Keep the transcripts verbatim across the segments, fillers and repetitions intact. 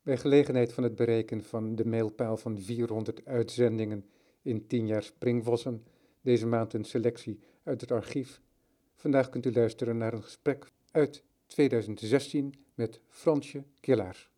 Bij gelegenheid van het bereiken van de mijlpaal van vierhonderd uitzendingen in tien jaar Springvossen, deze maand een selectie uit het archief. Vandaag kunt u luisteren naar een gesprek uit tweeduizend zestien met Fransje Killaars.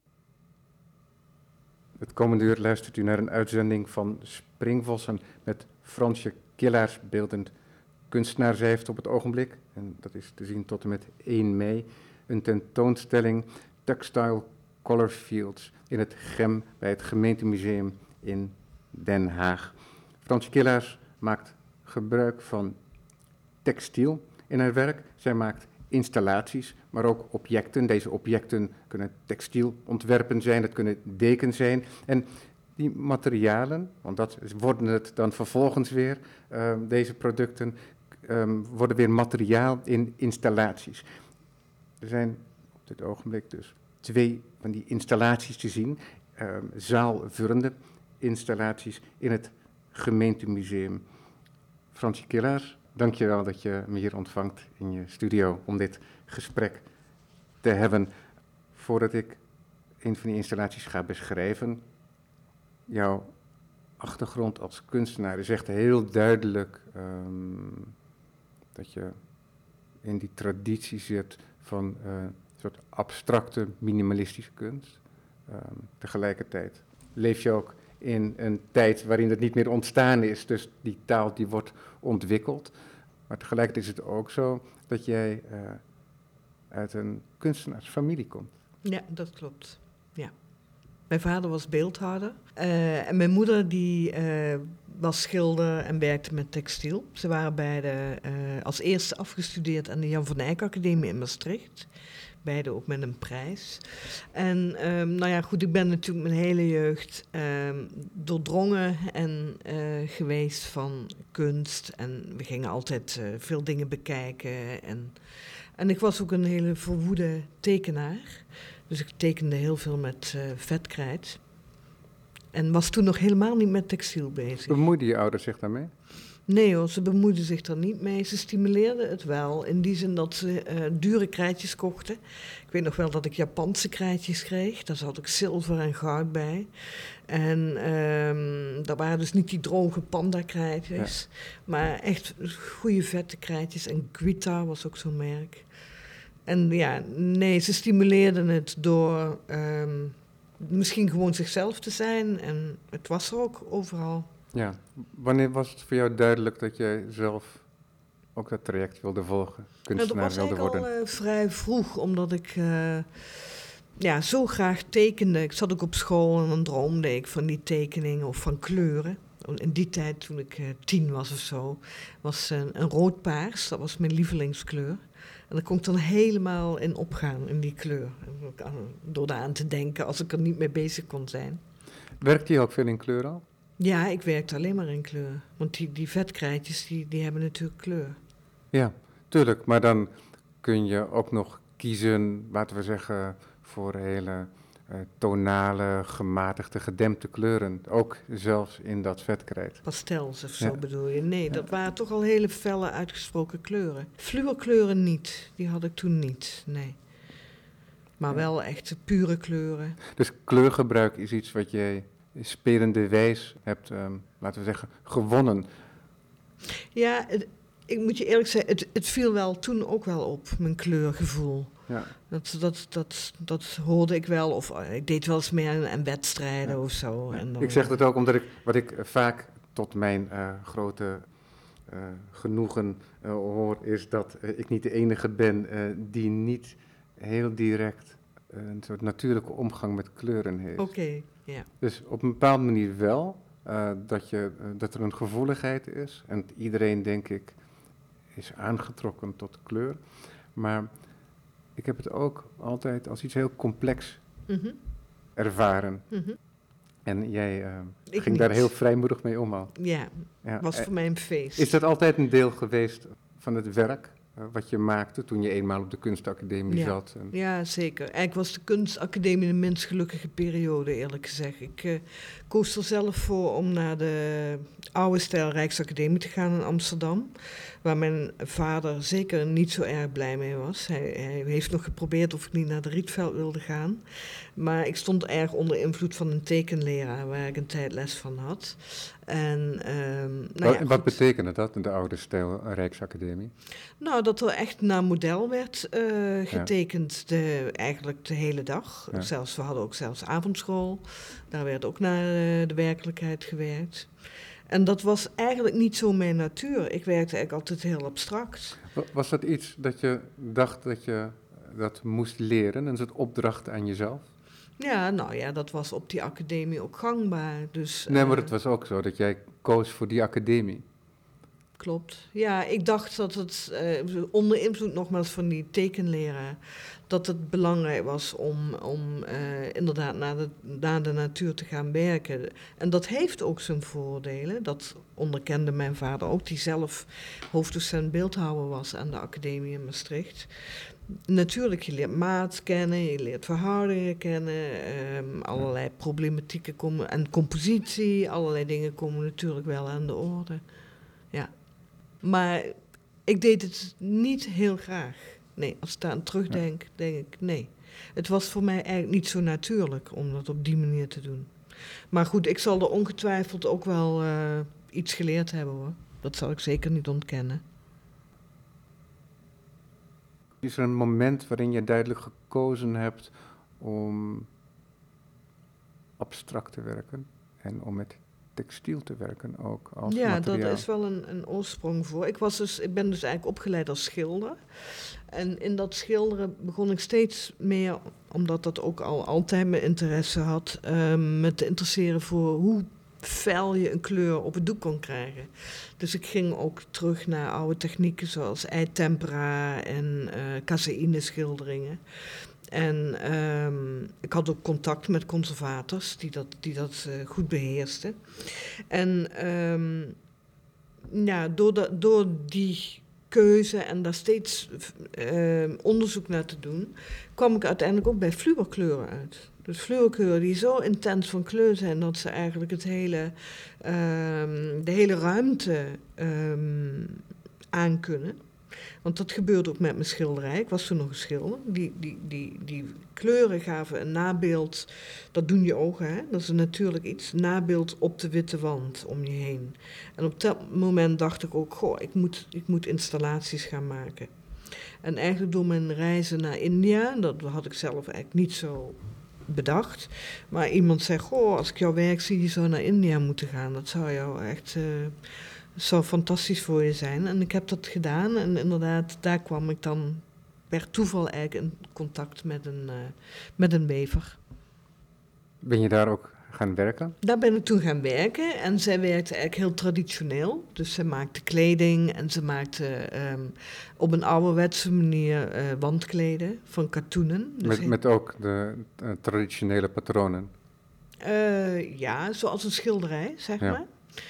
Het komende uur luistert u naar een uitzending van Springvossen met Fransje Killaars, beeldend kunstenaar. Zij heeft op het ogenblik, en dat is te zien tot en met één mei, een tentoonstelling Textile Color Fields in het G E M bij het Gemeentemuseum in Den Haag. Fransje Killaars maakt gebruik van textiel in haar werk. Zij maakt installaties, maar ook objecten. Deze objecten kunnen textielontwerpen zijn, het kunnen dekens zijn. En die materialen, want dat worden het dan vervolgens weer, uh, deze producten, um, worden weer materiaal in installaties. Er zijn op dit ogenblik dus twee van die installaties te zien, uh, zaalvullende installaties in het gemeentemuseum. Fransje Killaars, dank je wel dat je me hier ontvangt in je studio om dit gesprek te hebben. Voordat ik een van die installaties ga beschrijven, jouw achtergrond als kunstenaar is echt heel duidelijk um, dat je in die traditie zit van uh, een soort abstracte minimalistische kunst. Um, tegelijkertijd leef je ook in een tijd waarin het niet meer ontstaan is, dus die taal die wordt ontwikkeld. Maar tegelijkertijd is het ook zo dat jij uh, uit een kunstenaarsfamilie komt. Ja, dat klopt. Ja. Mijn vader was beeldhouwer uh, en mijn moeder die uh, was schilder en werkte met textiel. Ze waren beide uh, als eerste afgestudeerd aan de Jan van Eyck Academie in Maastricht. Beide ook met een prijs. En um, nou ja, goed, ik ben natuurlijk mijn hele jeugd um, doordrongen en uh, geweest van kunst. En we gingen altijd uh, veel dingen bekijken. En, en ik was ook een hele verwoede tekenaar. Dus ik tekende heel veel met uh, vetkrijt. En was toen nog helemaal niet met textiel bezig. Bemoeiden je ouders zich daarmee? Nee hoor, ze bemoeiden zich er niet mee. Ze stimuleerden het wel, in die zin dat ze uh, dure krijtjes kochten. Ik weet nog wel dat ik Japanse krijtjes kreeg. Daar zat ook zilver en goud bij. En um, dat waren dus niet die droge panda-krijtjes. Ja. Maar echt goede vette krijtjes. En Guita was ook zo'n merk. En ja, nee, ze stimuleerden het door um, misschien gewoon zichzelf te zijn. En het was er ook overal. Ja, wanneer was het voor jou duidelijk dat jij zelf ook dat traject wilde volgen, kunstenaar wilde worden? Dat was eigenlijk al uh, vrij vroeg, omdat ik uh, ja, zo graag tekende. Ik zat ook op school en dan droomde ik van die tekeningen of van kleuren. In die tijd, toen ik uh, tien was of zo, was uh, een rood-paars, dat was mijn lievelingskleur. En daar kon ik dan helemaal in opgaan, in die kleur. Door daar aan te denken, als ik er niet mee bezig kon zijn. Werkte je ook veel in kleur al? Ja, ik werkte alleen maar in kleur. Want die, die vetkrijtjes, die, die hebben natuurlijk kleur. Ja, tuurlijk. Maar dan kun je ook nog kiezen, laten we zeggen, voor hele uh, tonale, gematigde, gedempte kleuren. Ook zelfs in dat vetkrijt. Pastels of zo ja. bedoel je? Nee, ja. dat waren toch al hele felle, uitgesproken kleuren. Fluorkleuren niet, die had ik toen niet, nee. Maar ja. wel echt pure kleuren. Dus kleurgebruik is iets wat jij spelende wijs hebt, um, laten we zeggen, gewonnen. Ja, het, ik moet je eerlijk zeggen, het, het viel wel toen ook wel op, mijn kleurgevoel. Ja. Dat, dat, dat, dat hoorde ik wel, of uh, ik deed wel eens meer aan, aan wedstrijden ja. of zo. En dan, ik zeg het ook omdat ik, wat ik uh, vaak tot mijn uh, grote uh, genoegen uh, hoor, is dat uh, ik niet de enige ben uh, die niet heel direct uh, een soort natuurlijke omgang met kleuren heeft. Oké. Okay. Ja. Dus op een bepaalde manier wel, uh, dat, je, uh, dat er een gevoeligheid is. En iedereen, denk ik, is aangetrokken tot kleur. Maar ik heb het ook altijd als iets heel complex mm-hmm. ervaren. Mm-hmm. En jij uh, ging niet. Daar heel vrijmoedig mee om al. Ja, ja. was voor mij een feest. Is dat altijd een deel geweest van het werk? uh, wat je maakte toen je eenmaal op de kunstacademie Ja. zat? En... Ja, zeker. Eigenlijk was de kunstacademie de minst gelukkige periode, eerlijk gezegd. Ik uh, koos er zelf voor om naar de oude stijl Rijksacademie te gaan in Amsterdam, waar mijn vader zeker niet zo erg blij mee was. Hij, hij heeft nog geprobeerd of ik niet naar de Rietveld wilde gaan, maar ik stond erg onder invloed van een tekenleraar waar ik een tijd les van had. En, um, nou wat, ja, wat betekende dat in de oude stijl Rijksacademie? Nou, dat er echt naar model werd uh, getekend, ja. de, eigenlijk de hele dag. Ja. Zelfs, we hadden ook zelfs avondschool. Daar werd ook naar uh, de werkelijkheid gewerkt. En dat was eigenlijk niet zo mijn natuur. Ik werkte eigenlijk altijd heel abstract. Was dat iets dat je dacht dat je dat moest leren? Een soort opdracht aan jezelf? Ja, nou ja, dat was op die academie ook gangbaar. Dus, nee, maar uh, het was ook zo dat jij koos voor die academie. Klopt. Ja, ik dacht dat het, uh, onder invloed nogmaals van die tekenleraar, dat het belangrijk was om, om uh, inderdaad naar de, naar de natuur te gaan werken. En dat heeft ook zijn voordelen. Dat onderkende mijn vader ook, die zelf hoofddocent beeldhouwer was aan de academie in Maastricht. Natuurlijk, je leert maat kennen, je leert verhoudingen kennen, um, allerlei problematieken komen en compositie, allerlei dingen komen natuurlijk wel aan de orde. Ja. Maar ik deed het niet heel graag. Nee, als ik daar aan terugdenk, denk ik, nee. Het was voor mij eigenlijk niet zo natuurlijk om dat op die manier te doen. Maar goed, ik zal er ongetwijfeld ook wel uh, iets geleerd hebben, hoor. Dat zal ik zeker niet ontkennen. Is er een moment waarin je duidelijk gekozen hebt om abstract te werken en om met textiel te werken ook als ja, materiaal? Dat is wel een, een oorsprong voor. Ik, was dus, ik ben dus eigenlijk opgeleid als schilder. En in dat schilderen begon ik steeds meer, omdat dat ook al altijd mijn interesse had, uh, me te interesseren voor hoe fel je een kleur op het doek kon krijgen. Dus ik ging ook terug naar oude technieken zoals eitempera en uh, caseïne schilderingen. En um, ik had ook contact met conservators die dat, die dat uh, goed beheersten. En um, ja, door, de, door die keuze en daar steeds uh, onderzoek naar te doen, kwam ik uiteindelijk ook bij fluorkleuren uit. Dus fluorkleuren die zo intens van kleur zijn dat ze eigenlijk het hele, um, de hele ruimte um, aankunnen. Want dat gebeurde ook met mijn schilderij. Ik was toen nog een schilder. Die, die, die, die kleuren gaven een nabeeld. Dat doen je ogen, hè? Dat is natuurlijk iets. Nabeeld op de witte wand om je heen. En op dat moment dacht ik ook, goh, ik moet, ik moet installaties gaan maken. En eigenlijk door mijn reizen naar India, dat had ik zelf eigenlijk niet zo bedacht. Maar iemand zei, goh, als ik jouw werk zie, je zou naar India moeten gaan. Dat zou jou echt... Uh, Het zou fantastisch voor je zijn. En ik heb dat gedaan. En inderdaad, daar kwam ik dan per toeval eigenlijk in contact met een, uh, met een wever. Ben je daar ook gaan werken? Daar ben ik toen gaan werken. En zij werkte eigenlijk heel traditioneel. Dus ze maakte kleding en ze maakte um, op een ouderwetse manier uh, wandkleden van katoenen. Dus met, met ook de uh, traditionele patronen? Uh, ja, zoals een schilderij, zeg ja. maar.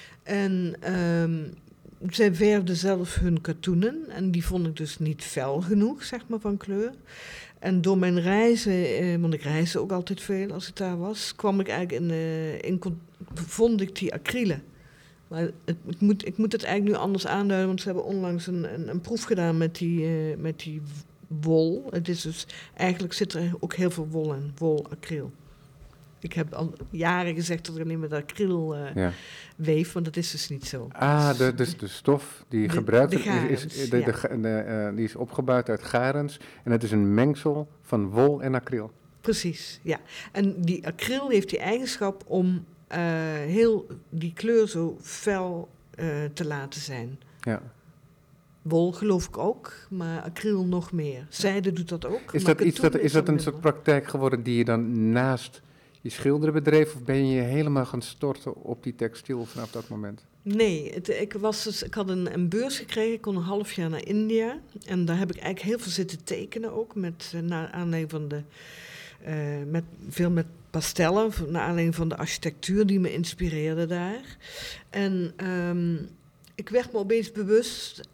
En um, zij verfden zelf hun katoenen en die vond ik dus niet fel genoeg, zeg maar, van kleur. En door mijn reizen, eh, want ik reisde ook altijd veel als ik daar was, kwam ik eigenlijk in, uh, in vond ik die acrylen. Maar het, ik, moet, ik moet het eigenlijk nu anders aanduiden, want ze hebben onlangs een, een, een proef gedaan met die, uh, met die wol. Het is dus, eigenlijk zit er ook heel veel wol in, wol, acryl. Ik heb al jaren gezegd dat ik alleen met acryl uh, ja. weef, want dat is dus niet zo. Ah, de, dus de stof die je gebruikt, de garens, is, is, de, ja. de, de, uh, die is opgebouwd uit garens en het is een mengsel van wol en acryl. Precies, ja. En die acryl heeft die eigenschap om uh, heel die kleur zo fel uh, te laten zijn. Ja. Wol geloof ik ook, maar acryl nog meer. Zijde doet dat ook. Is dat, iets dat, is dat een soort praktijk geworden die je dan naast je schilderen bedreef, of ben je helemaal gaan storten op die textiel vanaf dat moment? Nee, het, ik, was dus, ik had een, een beurs gekregen, ik kon een half jaar naar India. En daar heb ik eigenlijk heel veel zitten tekenen ook, met, naar aanleiding van de, uh, met, veel met pastellen, naar aanleiding van de architectuur die me inspireerde daar. En um, ik werd me opeens bewust,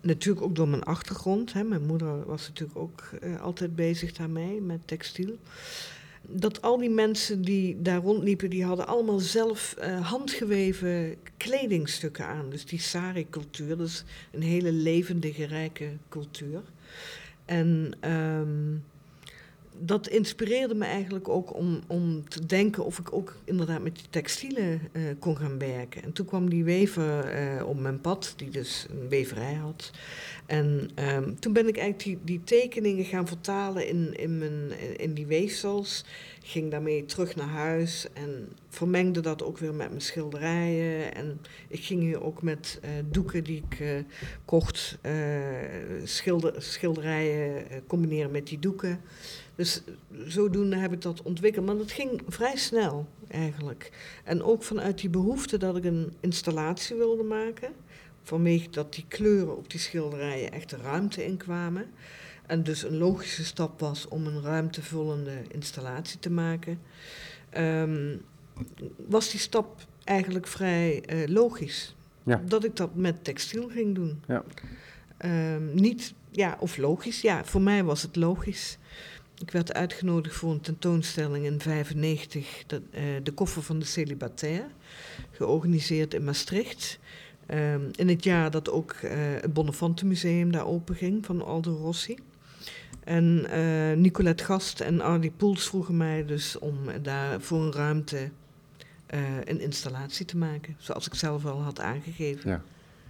natuurlijk ook door mijn achtergrond. Hè. Mijn moeder was natuurlijk ook uh, altijd bezig daarmee, met textiel. Dat al die mensen die daar rondliepen, die hadden allemaal zelf uh, handgeweven kledingstukken aan. Dus die sari-cultuur, dat is een hele levendige, rijke cultuur. En um, dat inspireerde me eigenlijk ook om, om te denken of ik ook inderdaad met die textielen uh, kon gaan werken. En toen kwam die wever uh, op mijn pad, die dus een weverij had. En um, toen ben ik eigenlijk die, die tekeningen gaan vertalen in, in, mijn, in die weefsels. Ging daarmee terug naar huis en vermengde dat ook weer met mijn schilderijen. En ik ging hier ook met uh, doeken die ik uh, kocht, uh, schilder, schilderijen uh, combineren met die doeken. Dus zodoende heb ik dat ontwikkeld. Maar dat ging vrij snel eigenlijk. En ook vanuit die behoefte dat ik een installatie wilde maken. Vanwege dat die kleuren op die schilderijen echt de ruimte inkwamen. En dus een logische stap was om een ruimtevullende installatie te maken. Um, was die stap eigenlijk vrij uh, logisch. Ja. Dat ik dat met textiel ging doen. Ja. Um, niet, ja, of logisch. Ja, voor mij was het logisch. Ik werd uitgenodigd voor een tentoonstelling in vijfennegentig, de, uh, de koffer van de celibataire, georganiseerd in Maastricht. Um, in het jaar dat ook uh, het Bonnefante Museum daar openging van Aldo Rossi. En uh, Nicolette Gast en Ardy Poels vroegen mij dus om daar voor een ruimte uh, een installatie te maken, zoals ik zelf al had aangegeven. Ja.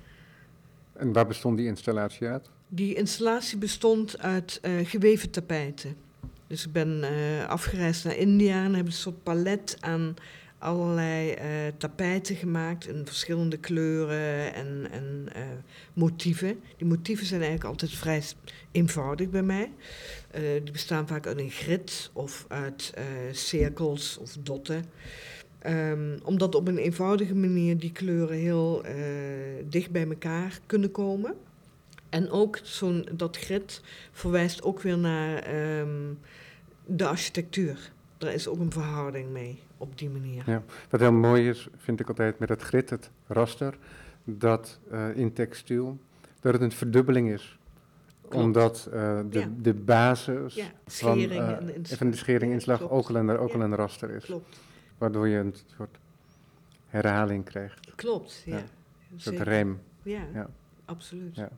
En waar bestond die installatie uit? Die installatie bestond uit uh, geweven tapijten. Dus ik ben uh, afgereisd naar India en heb een soort palet aan allerlei uh, tapijten gemaakt in verschillende kleuren en, en uh, motieven. Die motieven zijn eigenlijk altijd vrij eenvoudig bij mij. Uh, die bestaan vaak uit een grid of uit uh, cirkels of dotten. Um, omdat op een eenvoudige manier die kleuren heel uh, dicht bij elkaar kunnen komen. En ook zo'n, dat grid verwijst ook weer naar um, de architectuur. Daar is ook een verhouding mee op die manier. Ja. Wat heel mooi is, vind ik altijd met het grid, het raster, dat uh, in textiel, dat het een verdubbeling is. Klopt. Omdat uh, de, ja. de basis ja, van, uh, van de schering-inslag ja, ook al een, ook ja. al een raster is. Klopt. Waardoor je een soort herhaling krijgt. Klopt, ja. ja. Een soort rijm. Ja, ja. absoluut. Ja.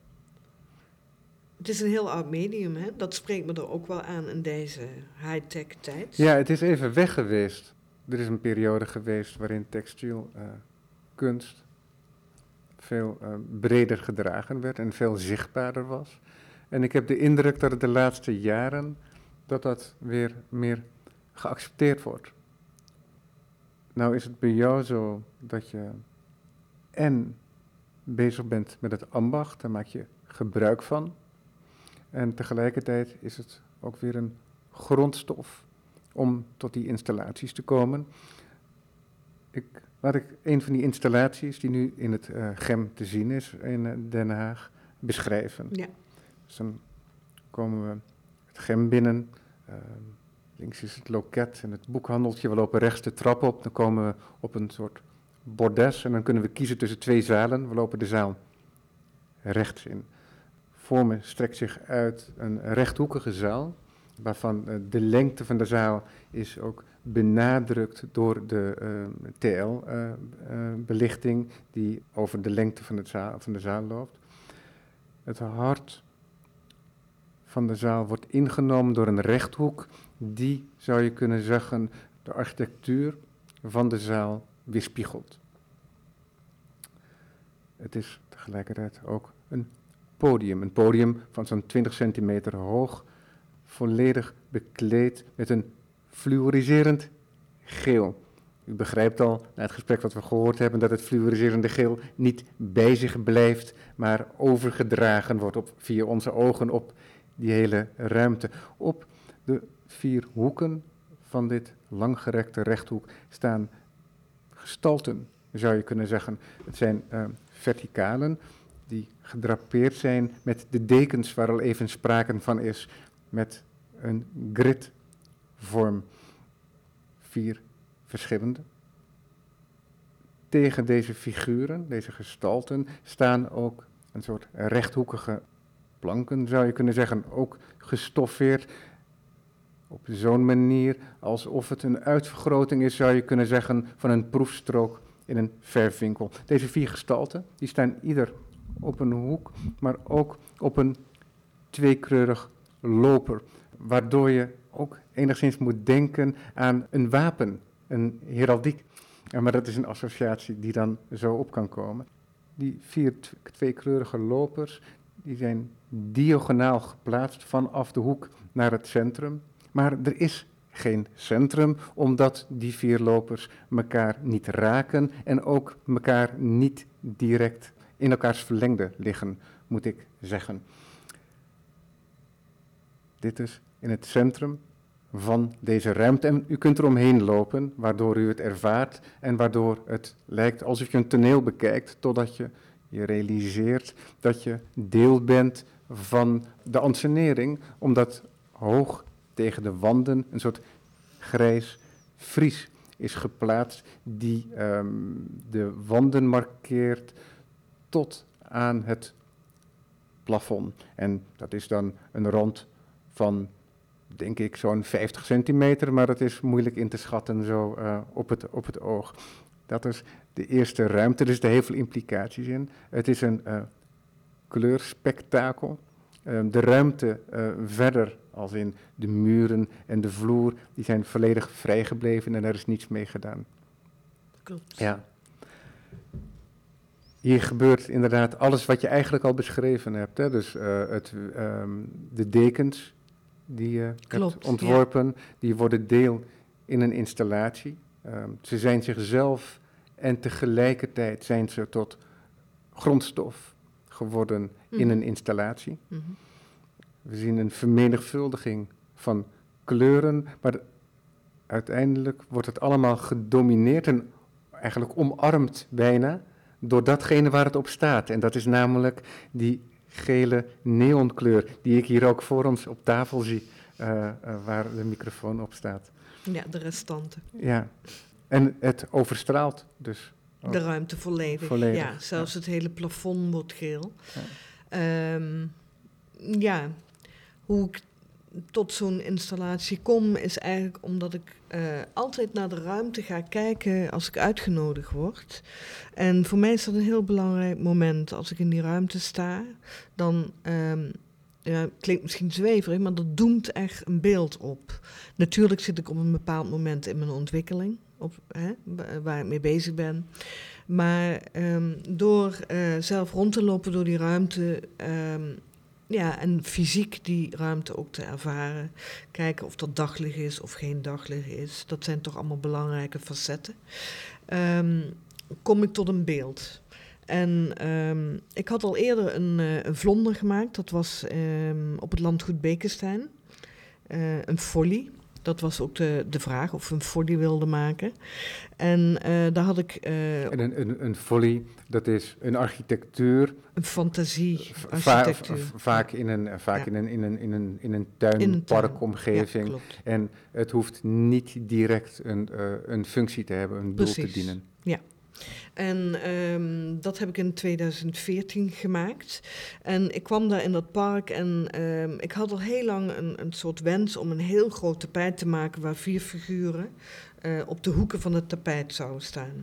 Het is een heel oud medium, hè? Dat spreekt me er ook wel aan in deze high-tech tijd. Ja, het is even weg geweest. Er is een periode geweest waarin textiel uh, kunst veel uh, breder gedragen werd en veel zichtbaarder was. En ik heb de indruk dat het de laatste jaren dat dat weer meer geaccepteerd wordt. Nou is het bij jou zo dat je en bezig bent met het ambacht, daar maak je gebruik van. En tegelijkertijd is het ook weer een grondstof om tot die installaties te komen. Ik, laat ik een van die installaties die nu in het uh, G E M te zien is in uh, Den Haag beschrijven. Ja. Dus dan komen we het G E M binnen. Uh, links is het loket en het boekhandeltje. We lopen rechts de trap op. Dan komen we op een soort bordes en dan kunnen we kiezen tussen twee zalen. We lopen de zaal rechts in. Voor me strekt zich uit een rechthoekige zaal, waarvan uh, de lengte van de zaal is ook benadrukt door de uh, T L-belichting uh, uh, die over de lengte van, het zaal, van de zaal loopt. Het hart van de zaal wordt ingenomen door een rechthoek die, zou je kunnen zeggen, de architectuur van de zaal weerspiegelt. Het is tegelijkertijd ook een podium, een podium van zo'n twintig centimeter hoog, volledig bekleed met een fluoriserend geel. U begrijpt al, na het gesprek wat we gehoord hebben, dat het fluoriserende geel niet bij zich blijft, maar overgedragen wordt op, via onze ogen op die hele ruimte. Op de vier hoeken van dit langgerekte rechthoek staan gestalten, zou je kunnen zeggen. Het zijn uh, verticalen die gedrapeerd zijn met de dekens waar al even sprake van is, met een gridvorm. Vier verschillende. Tegen deze figuren, deze gestalten, staan ook een soort rechthoekige planken, zou je kunnen zeggen, ook gestoffeerd op zo'n manier alsof het een uitvergroting is, zou je kunnen zeggen, van een proefstrook in een verfwinkel. Deze vier gestalten, die staan ieder op een hoek, maar ook op een tweekleurig loper, waardoor je ook enigszins moet denken aan een wapen, een heraldiek. Ja, maar dat is een associatie die dan zo op kan komen. Die vier tweekleurige lopers, die zijn diagonaal geplaatst vanaf de hoek naar het centrum. Maar er is geen centrum, omdat die vier lopers elkaar niet raken en ook elkaar niet direct in elkaars verlengde liggen, moet ik zeggen. Dit is in het centrum van deze ruimte en u kunt er omheen lopen, waardoor u het ervaart en waardoor het lijkt alsof je een toneel bekijkt, totdat je je realiseert dat je deel bent van de ansenering, omdat hoog tegen de wanden een soort grijs fries is geplaatst die um, de wanden markeert tot aan het plafond. En dat is dan een rand van, denk ik, zo'n vijftig centimeter, maar dat is moeilijk in te schatten zo uh, op, het, op het oog. Dat is de eerste ruimte, er zitten heel veel implicaties in. Het is een uh, kleurspektakel. Uh, de ruimte uh, verder, als in de muren en de vloer, die zijn volledig vrijgebleven en er is niets mee gedaan. Klopt. Ja. Hier gebeurt inderdaad alles wat je eigenlijk al beschreven hebt. Hè? Dus uh, het, um, de dekens die je Klopt, hebt ontworpen, ja. Die worden deel in een installatie. Um, ze zijn zichzelf en tegelijkertijd zijn ze tot grondstof geworden mm-hmm. in een installatie. Mm-hmm. We zien een vermenigvuldiging van kleuren, maar uiteindelijk wordt het allemaal gedomineerd en eigenlijk omarmd bijna door datgene waar het op staat. En dat is namelijk die gele neonkleur die ik hier ook voor ons op tafel zie, uh, uh, waar de microfoon op staat. Ja, de restanten. Ja, en het overstraalt dus. De ruimte volledig. volledig. Ja, zelfs ja. Het hele plafond wordt geel. Ja, um, ja. Hoe ik tot zo'n installatie kom, is eigenlijk omdat ik uh, altijd naar de ruimte ga kijken als ik uitgenodigd word. En voor mij is dat een heel belangrijk moment. Als ik in die ruimte sta, dan, um, ja, het klinkt misschien zweverig, maar dat doemt echt een beeld op. Natuurlijk zit ik op een bepaald moment in mijn ontwikkeling, op, hè, waar ik mee bezig ben. Maar um, door uh, zelf rond te lopen door die ruimte, Um, Ja, en fysiek die ruimte ook te ervaren. Kijken of er daglicht is of geen daglicht is. Dat zijn toch allemaal belangrijke facetten. Um, kom ik tot een beeld. En um, ik had al eerder een, uh, een vlonder gemaakt. Dat was um, op het landgoed Bekenstein. Uh, een folie. Dat was ook de, de vraag of we een folie wilden maken. En uh, daar had ik... Uh, en een, een, een folie, dat is een architectuur... Een fantasie-architectuur. Va- va- vaak in een, vaak ja. in een, in een, in een, in een tuin-parkomgeving. Ja, en het hoeft niet direct een, uh, een functie te hebben, een Precies. doel te dienen. Ja. En um, dat heb ik in twintig veertien gemaakt. En ik kwam daar in dat park en um, ik had al heel lang een, een soort wens om een heel groot tapijt te maken waar vier figuren uh, op de hoeken van het tapijt zouden staan.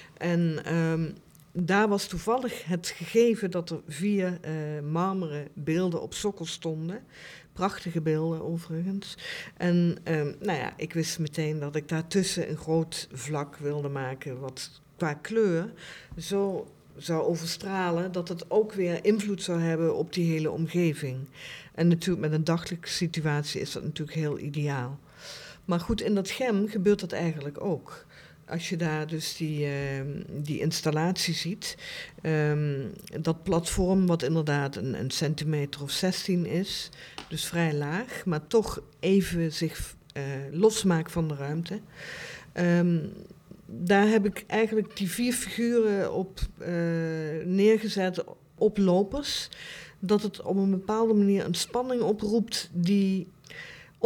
En um, daar was toevallig het gegeven dat er vier uh, marmeren beelden op sokkel stonden. Prachtige beelden overigens. En um, nou ja, ik wist meteen dat ik daartussen een groot vlak wilde maken wat qua kleur zo zou overstralen dat het ook weer invloed zou hebben op die hele omgeving. En natuurlijk met een dagelijkse situatie is dat natuurlijk heel ideaal. Maar goed, in dat gem gebeurt dat eigenlijk ook. Als je daar dus die, uh, die installatie ziet, um, dat platform wat inderdaad een, een centimeter of zestien is, dus vrij laag, maar toch even zich uh, losmaakt van de ruimte. Um, daar heb ik eigenlijk die vier figuren op uh, neergezet op lopers, dat het op een bepaalde manier een spanning oproept die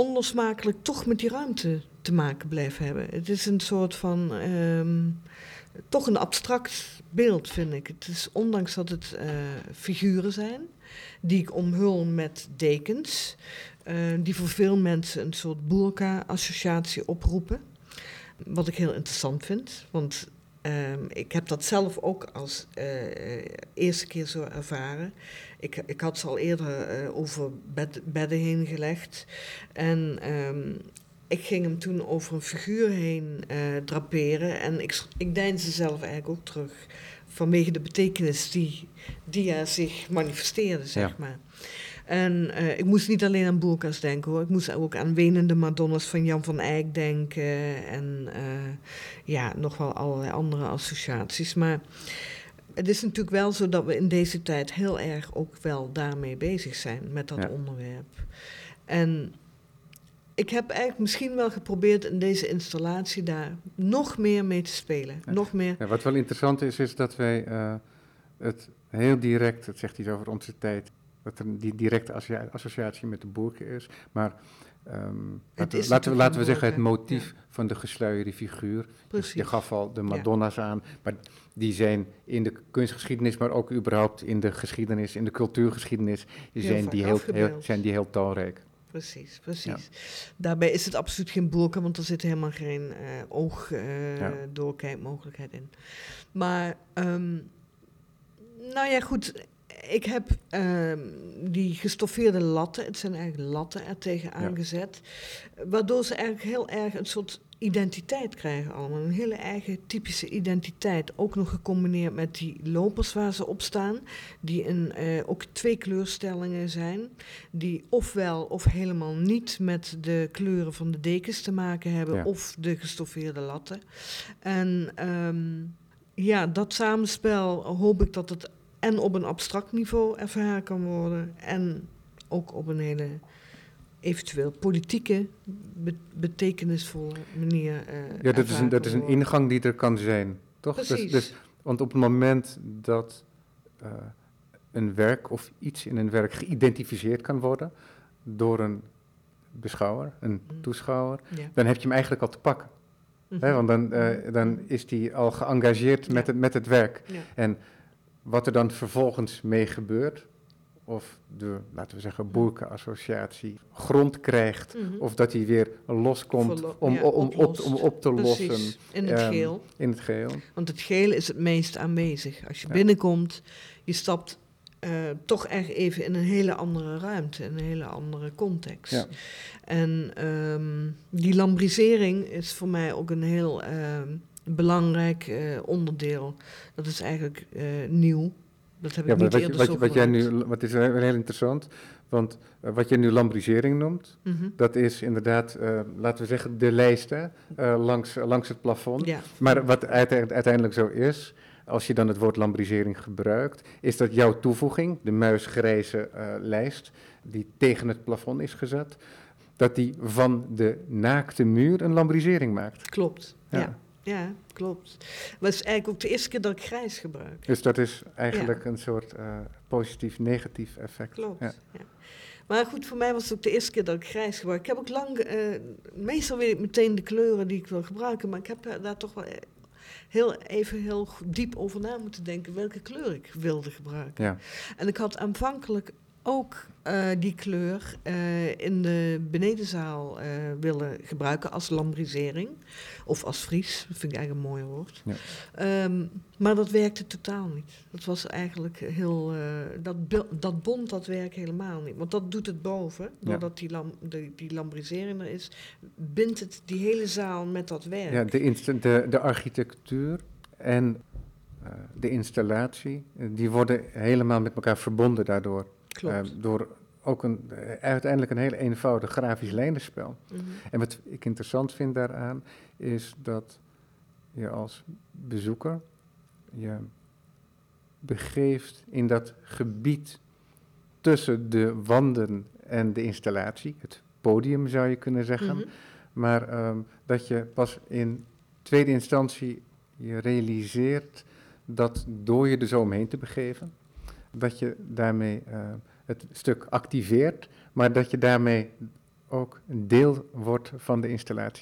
onlosmakelijk toch met die ruimte te maken blijft hebben. Het is een soort van um, toch een abstract beeld, vind ik. Het is, ondanks dat het uh, figuren zijn, die ik omhul met dekens, uh, die voor veel mensen een soort boerka-associatie oproepen. Wat ik heel interessant vind, want um, ik heb dat zelf ook als uh, eerste keer zo ervaren. Ik, ik had ze al eerder uh, over bed, bedden heen gelegd en um, ik ging hem toen over een figuur heen uh, draperen en ik, ik deinsde zelf eigenlijk ook terug vanwege de betekenis die, die er zich manifesteerde, zeg ja. maar. En uh, ik moest niet alleen aan boerka's denken hoor. Ik moest ook aan Wenende Madonna's van Jan van Eyck denken. En uh, ja, nog wel allerlei andere associaties. Maar het is natuurlijk wel zo dat we in deze tijd heel erg ook wel daarmee bezig zijn. Met dat ja. onderwerp. En ik heb eigenlijk misschien wel geprobeerd in deze installatie daar nog meer mee te spelen. Ja. Nog meer. Ja, wat wel interessant is, is dat wij uh, het heel direct, het zegt iets over onze tijd, dat er die directe associa- associatie met de boerke is. Maar um, laten, we, laten, we, laten we zeggen het motief ja. van de gesluierde figuur. Precies. Je gaf al de Madonna's ja. aan, maar die zijn in de kunstgeschiedenis, maar ook überhaupt in de geschiedenis, in de cultuurgeschiedenis, die zijn, die heel, heel, zijn die heel talrijk. Precies, precies. Ja. Daarbij is het absoluut geen boerka, want er zit helemaal geen uh, oog uh, ja. doorkijkmogelijkheid in. Maar, um, nou ja, goed. Ik heb uh, die gestoffeerde latten, het zijn eigenlijk latten, er tegen aangezet. Ja. Waardoor ze eigenlijk heel erg een soort identiteit krijgen allemaal. Een hele eigen typische identiteit. Ook nog gecombineerd met die lopers waar ze op staan. Die in, uh, ook twee kleurstellingen zijn. Die ofwel of helemaal niet met de kleuren van de dekens te maken hebben. Ja. Of de gestoffeerde latten. En um, ja, dat samenspel hoop ik dat het en op een abstract niveau ervaren kan worden. En ook op een hele eventueel politieke, be- betekenisvolle manier uh, Ja, dat is, een, dat is een ingang die er kan zijn, toch? Precies. Dus, dus, want op het moment dat uh, een werk of iets in een werk geïdentificeerd kan worden door een beschouwer, een mm. toeschouwer, ja. dan heb je hem eigenlijk al te pakken. Mm-hmm. He, want dan, uh, dan is die al geëngageerd ja. met, het, met het werk. Ja. En wat er dan vervolgens mee gebeurt, of de, laten we zeggen, boerka-associatie grond krijgt, mm-hmm. of dat hij weer loskomt Verlo- om, ja, om, op, om op te Precies. lossen. In het um, geel. In het geel. Want het geel is het meest aanwezig. Als je ja. binnenkomt, je stapt uh, toch echt even in een hele andere ruimte, in een hele andere context. Ja. En um, die lambrisering is voor mij ook een heel um, belangrijk uh, onderdeel. Dat is eigenlijk uh, nieuw. Dat heb ik ja, niet wat, eerder wat, zo wat jij nu, wat is heel, heel interessant, want uh, wat jij nu lambrisering noemt, mm-hmm. dat is inderdaad, uh, laten we zeggen, de lijst hè, uh, langs, uh, langs het plafond. Ja. Maar wat uite- uiteindelijk zo is, als je dan het woord lambrisering gebruikt, is dat jouw toevoeging, de muisgrijze uh, lijst, die tegen het plafond is gezet, dat die van de naakte muur een lambrisering maakt. Klopt, ja. ja. Ja, klopt. Maar het is eigenlijk ook de eerste keer dat ik grijs gebruik. Dus dat is eigenlijk ja. een soort uh, positief-negatief effect. Klopt, ja. ja. Maar goed, voor mij was het ook de eerste keer dat ik grijs gebruik. Ik heb ook lang, uh, meestal weet ik meteen de kleuren die ik wil gebruiken, maar ik heb uh, daar toch wel heel even heel diep over na moeten denken welke kleur ik wilde gebruiken. Ja. En ik had aanvankelijk ook uh, die kleur uh, in de benedenzaal uh, willen gebruiken als lambrisering. Of als vries, dat vind ik eigenlijk een mooi woord. Ja. Um, maar dat werkte totaal niet. Dat was eigenlijk heel... Uh, dat, dat bond dat werk helemaal niet. Want dat doet het boven. Doordat ja. die, lam, de, die lambrisering er is, bindt het die hele zaal met dat werk. Ja, de, inst- de, de architectuur en uh, de installatie, die worden helemaal met elkaar verbonden daardoor. Uh, door ook een, uh, uiteindelijk een heel eenvoudig grafisch lijnenspel. Mm-hmm. En wat ik interessant vind daaraan, is dat je als bezoeker je begeeft in dat gebied tussen de wanden en de installatie, het podium zou je kunnen zeggen, mm-hmm. maar um, dat je pas in tweede instantie je realiseert dat door je er zo omheen te begeven, dat je daarmee uh, het stuk activeert, maar dat je daarmee ook een deel wordt van de installatie.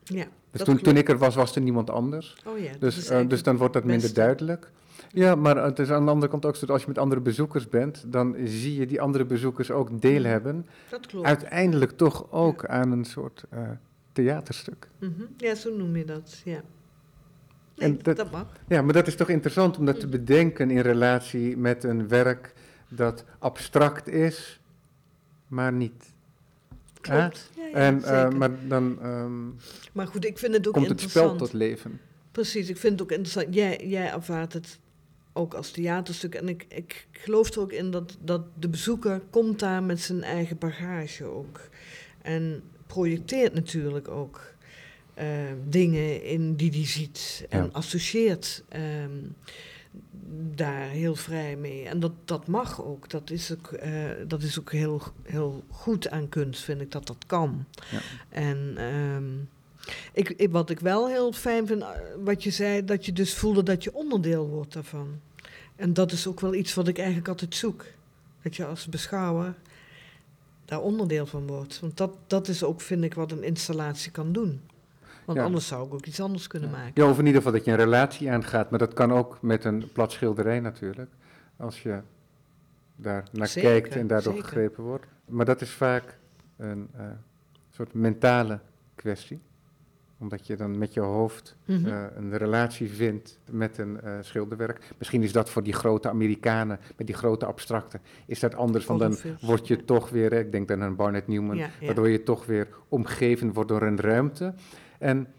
Ja, Dus dat toen, toen klopt. ik er was, was er niemand anders. Oh ja, dat is Dus, uh, eigenlijk dus dan wordt dat het minder beste. duidelijk. Ja, maar het is aan de andere kant ook zo dat als je met andere bezoekers bent, dan zie je die andere bezoekers ook deel Mhm. hebben. Dat klopt. Uiteindelijk toch ook aan een soort uh, theaterstuk. Mm-hmm. Ja, zo noem je dat, ja. Nee, En dat, dat mag. Ja, maar dat is toch interessant om dat te bedenken in relatie met een werk dat abstract is, maar niet. Klopt, ja, ja, en, zeker. Uh, maar dan um, maar goed, ik vind het ook komt het interessant. spel tot leven. Precies, ik vind het ook interessant. Jij, jij ervaart het ook als theaterstuk. En ik, ik geloof er ook in dat, dat de bezoeker komt daar met zijn eigen bagage ook. En projecteert natuurlijk ook uh, dingen in die hij ziet. En Ja. associeert um, daar heel vrij mee. En dat, dat mag ook. Dat is ook, uh, dat is ook heel, heel goed aan kunst, vind ik, dat dat kan. Ja. En... Um, Ik, ik, wat ik wel heel fijn vind, wat je zei, dat je dus voelde dat je onderdeel wordt daarvan. En dat is ook wel iets wat ik eigenlijk altijd zoek. Dat je als beschouwer daar onderdeel van wordt. Want dat, dat is ook, vind ik, wat een installatie kan doen. Want ja. anders zou ik ook iets anders kunnen maken. Ja, of in ieder geval dat je een relatie aangaat. Maar dat kan ook met een plat schilderij natuurlijk. Als je daar naar zeker, kijkt en daardoor zeker. gegrepen wordt. Maar dat is vaak een uh, soort mentale kwestie. Omdat je dan met je hoofd uh, mm-hmm. een relatie vindt met een uh, schilderwerk. Misschien is dat voor die grote Amerikanen, met die grote abstracten, is dat anders. Want dan word je ja. toch weer, ik denk dan aan Barnett Newman, ja, ja. waardoor je toch weer omgeven wordt door een ruimte. En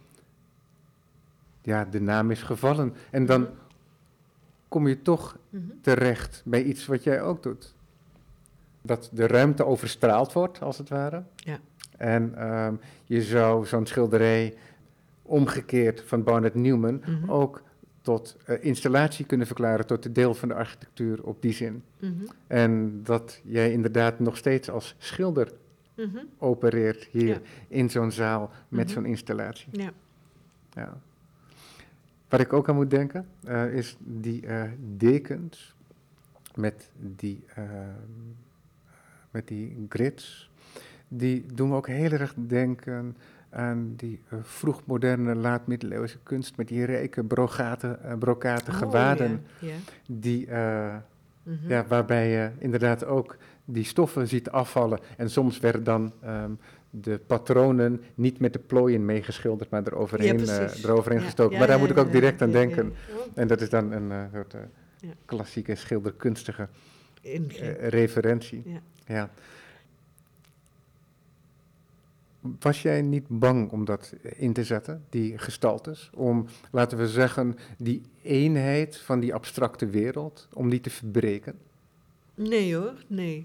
ja, de naam is gevallen. En dan mm-hmm. kom je toch mm-hmm. terecht bij iets wat jij ook doet. Dat de ruimte overstraald wordt, als het ware. Ja. En um, je zou zo'n schilderij omgekeerd van Barnett Newman mm-hmm. ook tot uh, installatie kunnen verklaren, tot een deel van de architectuur op die zin. Mm-hmm. En dat jij inderdaad nog steeds als schilder mm-hmm. opereert hier ja. in zo'n zaal met mm-hmm. zo'n installatie. Ja. Ja. Wat ik ook aan moet denken, uh, is die uh, dekens met die, uh, met die grids. Die doen me ook heel erg denken aan die uh, vroegmoderne, laat-middeleeuwse kunst met die rijke brocate, uh, brocate oh, gewaden, yeah, yeah. Die, uh, mm-hmm. ja, waarbij je inderdaad ook die stoffen ziet afvallen. En soms werden dan um, de patronen niet met de plooien meegeschilderd, maar eroverheen, ja, uh, eroverheen ja, gestoken. ja, maar daar ja, moet ik ook ja, direct ja, aan ja, denken. ja, ja. En dat is dan een uh, soort uh, ja. klassieke schilderkunstige uh, referentie. Ja. Ja. Was jij niet bang om dat in te zetten, die gestaltes? Om, laten we zeggen, die eenheid van die abstracte wereld, om die te verbreken? Nee hoor, nee.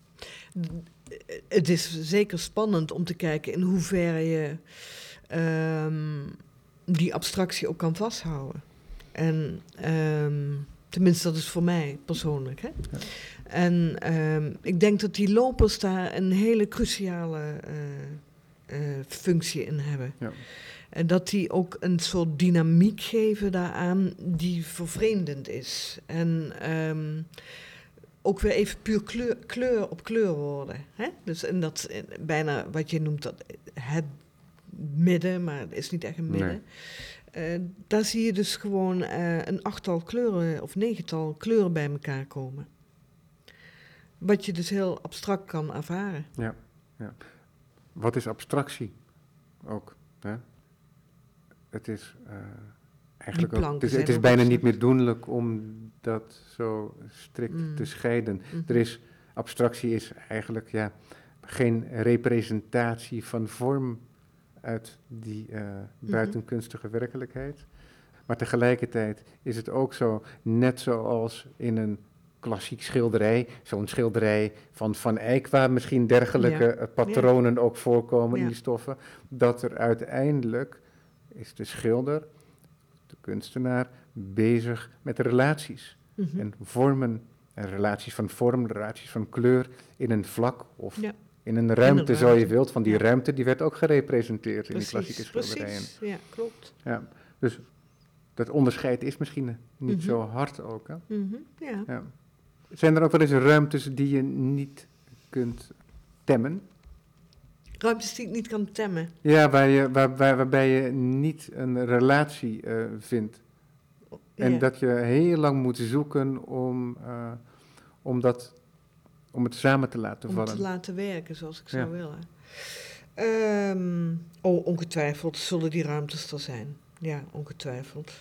Het is zeker spannend om te kijken in hoeverre je um, die abstractie ook kan vasthouden. En um, tenminste, dat is voor mij persoonlijk. Hè? Ja. En um, ik denk dat die lopers daar een hele cruciale uh, Uh, functie in hebben. Ja. En dat die ook een soort dynamiek geven daaraan die vervreemdend is. En um, ook weer even puur kleur, kleur op kleur worden. Hè? Dus in dat in, bijna wat je noemt dat het midden, maar het is niet echt een midden. Nee. Uh, daar zie je dus gewoon uh, een achttal kleuren of negental kleuren bij elkaar komen. Wat je dus heel abstract kan ervaren. Ja, ja. Wat is abstractie ook? Hè? Het is uh, eigenlijk ook, het is, het is bijna niet meer doenlijk om dat zo strikt mm. te scheiden. Mm-hmm. Er is, abstractie is eigenlijk ja, geen representatie van vorm uit die uh, buitenkunstige mm-hmm. werkelijkheid. Maar tegelijkertijd is het ook zo, net zoals in een klassiek schilderij, zo'n schilderij van Van Eyck, waar misschien dergelijke ja. uh, patronen ja. ook voorkomen ja. in die stoffen, dat er uiteindelijk is de schilder, de kunstenaar, bezig met relaties mm-hmm. en vormen, en relaties van vorm, relaties van kleur in een vlak of ja. in een ruimte, zo je wilt. Van die ja. ruimte, die werd ook gerepresenteerd precies, in die klassieke schilderijen. Precies, ja, klopt. Ja, dus dat onderscheid is misschien niet mm-hmm. zo hard ook. Hè? Mm-hmm, ja. ja. Zijn er ook wel eens ruimtes die je niet kunt temmen? Ruimtes die ik niet kan temmen. Ja, waar je, waar, waar, waarbij je niet een relatie uh, vindt. En Ja. dat je heel lang moet zoeken om, uh, om, dat, om het samen te laten Om vallen. te laten werken zoals ik Ja. zou willen. Um, oh, ongetwijfeld zullen die ruimtes er zijn. Ja, ongetwijfeld.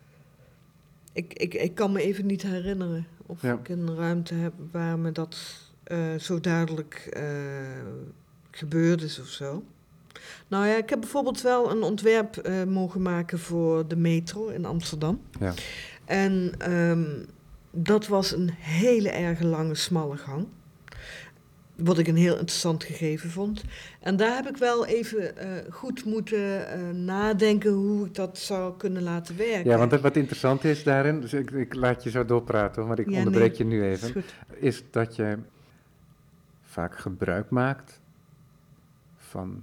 Ik, ik, ik kan me even niet herinneren of Ja. ik een ruimte heb waar me dat uh, zo duidelijk uh, gebeurd is of zo. Nou ja, ik heb bijvoorbeeld wel een ontwerp uh, mogen maken voor de metro in Amsterdam. Ja. En um, dat was een hele erg lange, smalle gang. Wat ik een heel interessant gegeven vond. En daar heb ik wel even uh, goed moeten uh, nadenken hoe ik dat zou kunnen laten werken. Ja, want wat interessant is daarin, dus ik, ik laat je zo doorpraten, maar ik ja, onderbreek nee, je nu even, is, is dat je vaak gebruik maakt van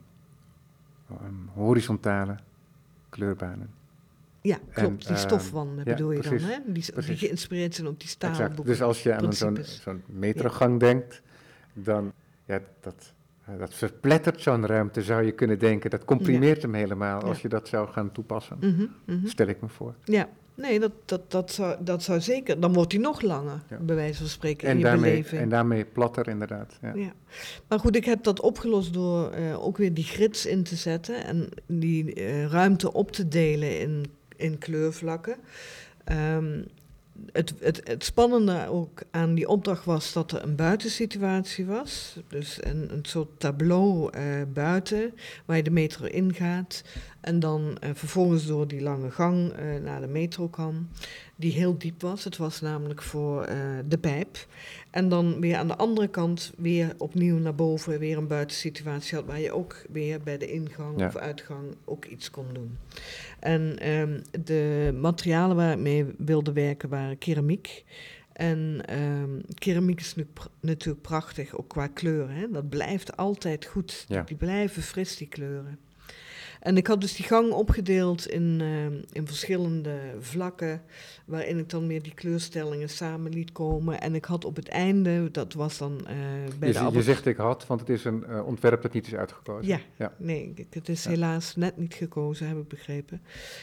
um, horizontale kleurbanen. Ja, klopt. En, die stofwanden uh, bedoel ja, je precies, dan, hè? Die, die geïnspireerd zijn op die staalboeken. Dus als je aan zo'n, zo'n metrogang ja. denkt, dan, ja, dat, dat verplettert zo'n ruimte, zou je kunnen denken. Dat comprimeert ja. hem helemaal, als ja. je dat zou gaan toepassen. Mm-hmm, mm-hmm. Stel ik me voor. Ja, nee, dat, dat, dat, zou, dat zou zeker. Dan wordt hij nog langer, ja. bij wijze van spreken, en in je daarmee, beleving. En daarmee platter, inderdaad. Ja. Ja. Maar goed, ik heb dat opgelost door uh, ook weer die grids in te zetten en die uh, ruimte op te delen in, in kleurvlakken. Um, Het, het, het spannende ook aan die opdracht was dat er een buitensituatie was. Dus een, een soort tableau uh, buiten, waar je de metro ingaat. En dan uh, vervolgens door die lange gang uh, naar de metro kwam, die heel diep was. Het was namelijk voor uh, de pijp. En dan weer aan de andere kant weer opnieuw naar boven, weer een buitensituatie had, waar je ook weer bij de ingang ja. of uitgang ook iets kon doen. En um, de materialen waar ik mee wilde werken waren keramiek. En um, keramiek is nu pr- natuurlijk prachtig, ook qua kleuren. Hè? Dat blijft altijd goed. Ja. Die blijven fris, die kleuren. En ik had dus die gang opgedeeld in, uh, in verschillende vlakken, waarin ik dan meer die kleurstellingen samen liet komen. En ik had op het einde, dat was dan uh, bij je, de Albert... Je zegt ik had, want het is een uh, ontwerp dat niet is uitgekozen. Ja, ja. nee, het is ja. helaas net niet gekozen, heb ik begrepen.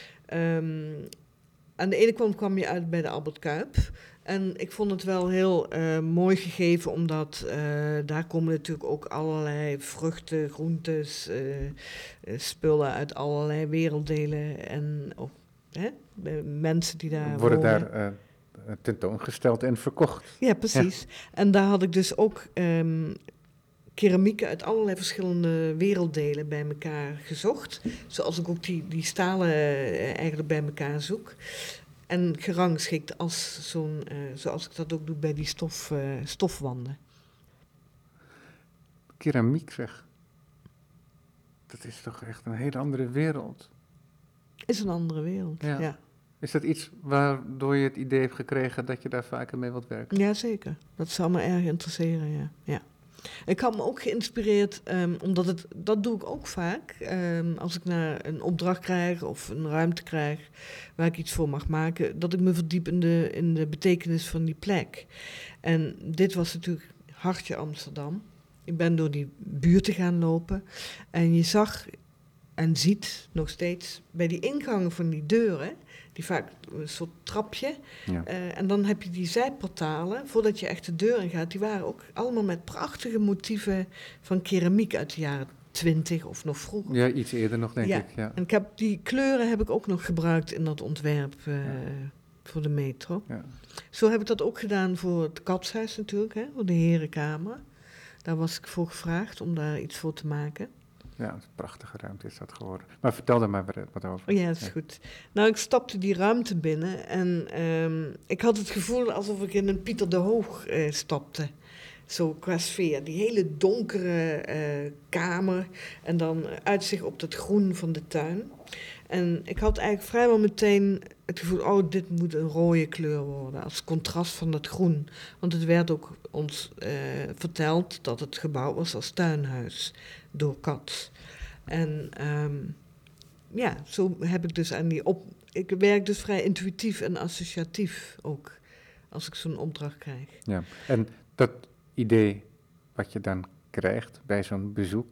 Um, aan de ene kant kwam je uit bij de Albert Kuip. En ik vond het wel heel uh, mooi gegeven, omdat uh, daar komen natuurlijk ook allerlei vruchten, groentes, uh, uh, spullen uit allerlei werelddelen en ook hè, mensen die daar worden wonen. daar uh, tentoongesteld en verkocht. Ja, precies. Ja. En daar had ik dus ook um, keramieken uit allerlei verschillende werelddelen bij elkaar gezocht. Zoals ik ook die, die stalen uh, eigenlijk bij elkaar zoek. En gerangschikt als zo'n, uh, zoals ik dat ook doe bij die stof, uh, stofwanden. Keramiek zeg. Dat is toch echt een hele andere wereld. Is een andere wereld, ja. ja. Is dat iets waardoor je het idee hebt gekregen dat je daar vaker mee wilt werken? Jazeker, dat zou me erg interesseren, ja. ja. Ik had me ook geïnspireerd, um, omdat het, dat doe ik ook vaak, um, als ik naar een opdracht krijg of een ruimte krijg waar ik iets voor mag maken, dat ik me verdiep in de, in de betekenis van die plek. En dit was natuurlijk hartje Amsterdam. Ik ben door die buurten gaan lopen en je zag en ziet nog steeds bij die ingangen van die deuren, die vaak een soort trapje. Ja. Uh, en dan heb je die zijportalen, voordat je echt de deur in gaat, die waren ook allemaal met prachtige motieven van keramiek uit de jaren twintig of nog vroeger. Ja, iets eerder nog, denk ja. ik. Ja. En ik heb die kleuren heb ik ook nog gebruikt in dat ontwerp uh, ja. voor de metro. Ja. Zo heb ik dat ook gedaan voor het Katshuis natuurlijk, hè, voor de Herenkamer. Daar was ik voor gevraagd om daar iets voor te maken. Ja, een prachtige ruimte is dat geworden. Maar vertel er maar wat over. Oh ja, dat is ja. goed. Nou, ik stapte die ruimte binnen en um, ik had het gevoel alsof ik in een Pieter de Hoog uh, stapte. Zo qua sfeer. Die hele donkere uh, kamer en dan uitzicht op het groen van de tuin. En ik had eigenlijk vrijwel meteen het gevoel, oh, dit moet een rode kleur worden, als contrast van het groen. Want het werd ook ons uh, verteld dat het gebouwd was als tuinhuis door Cats. En um, ja, zo heb ik dus aan die op... Ik werk dus vrij intuïtief en associatief ook, als ik zo'n opdracht krijg. Ja, en dat idee wat je dan krijgt bij zo'n bezoek,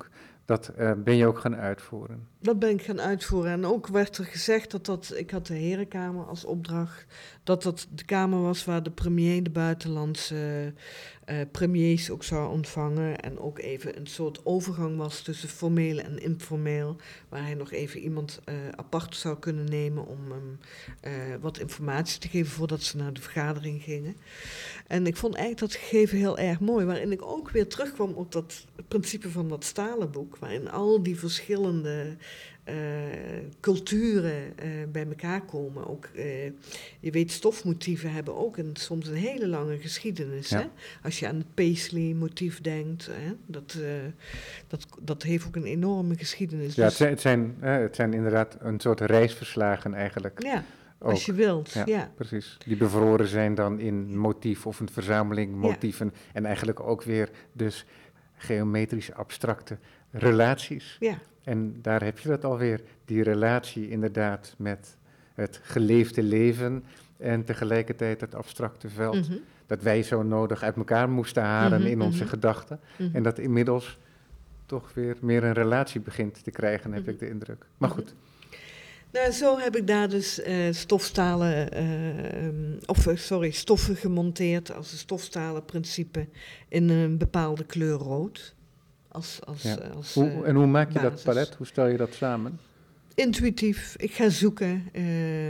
Dat uh, ben je ook gaan uitvoeren. Dat ben ik gaan uitvoeren. En ook werd er gezegd dat dat... Ik had de Herenkamer als opdracht... dat dat de kamer was waar de premier de buitenlandse uh, premiers ook zou ontvangen. En ook even een soort overgang was tussen formeel en informeel. Waar hij nog even iemand uh, apart zou kunnen nemen... om hem uh, wat informatie te geven voordat ze naar de vergadering gingen. En ik vond eigenlijk dat gegeven heel erg mooi. Waarin ik ook weer terugkwam op dat principe van dat stalen boek. Waarin al die verschillende uh, culturen uh, bij elkaar komen. Ook, uh, je weet, stofmotieven hebben ook een, soms een hele lange geschiedenis. Ja. Hè? Als je aan het Paisley-motief denkt, hè? Dat, uh, dat, dat heeft ook een enorme geschiedenis. Ja, dus, het zijn, het, zijn, uh, het zijn inderdaad een soort reisverslagen eigenlijk. Ja, ook. Als je wilt, ja. ja, precies. Die bevroren zijn dan in motief of een verzameling motieven. Ja. En eigenlijk ook weer dus geometrisch abstracte relaties. Ja. En daar heb je dat alweer, die relatie inderdaad met het geleefde leven en tegelijkertijd het abstracte veld. Mm-hmm. Dat wij zo nodig uit elkaar moesten halen mm-hmm, in onze mm-hmm. gedachten. Mm-hmm. En dat inmiddels toch weer meer een relatie begint te krijgen, heb mm-hmm. ik de indruk. Maar goed. Nou, zo heb ik daar dus uh, stofstalen, uh, um, of sorry, stoffen gemonteerd als een stofstalen principe in een bepaalde kleur rood. Als, als, ja. als, hoe, uh, en hoe maak je basis. dat palet? Hoe stel je dat samen? Intuïtief. Ik ga zoeken. Uh,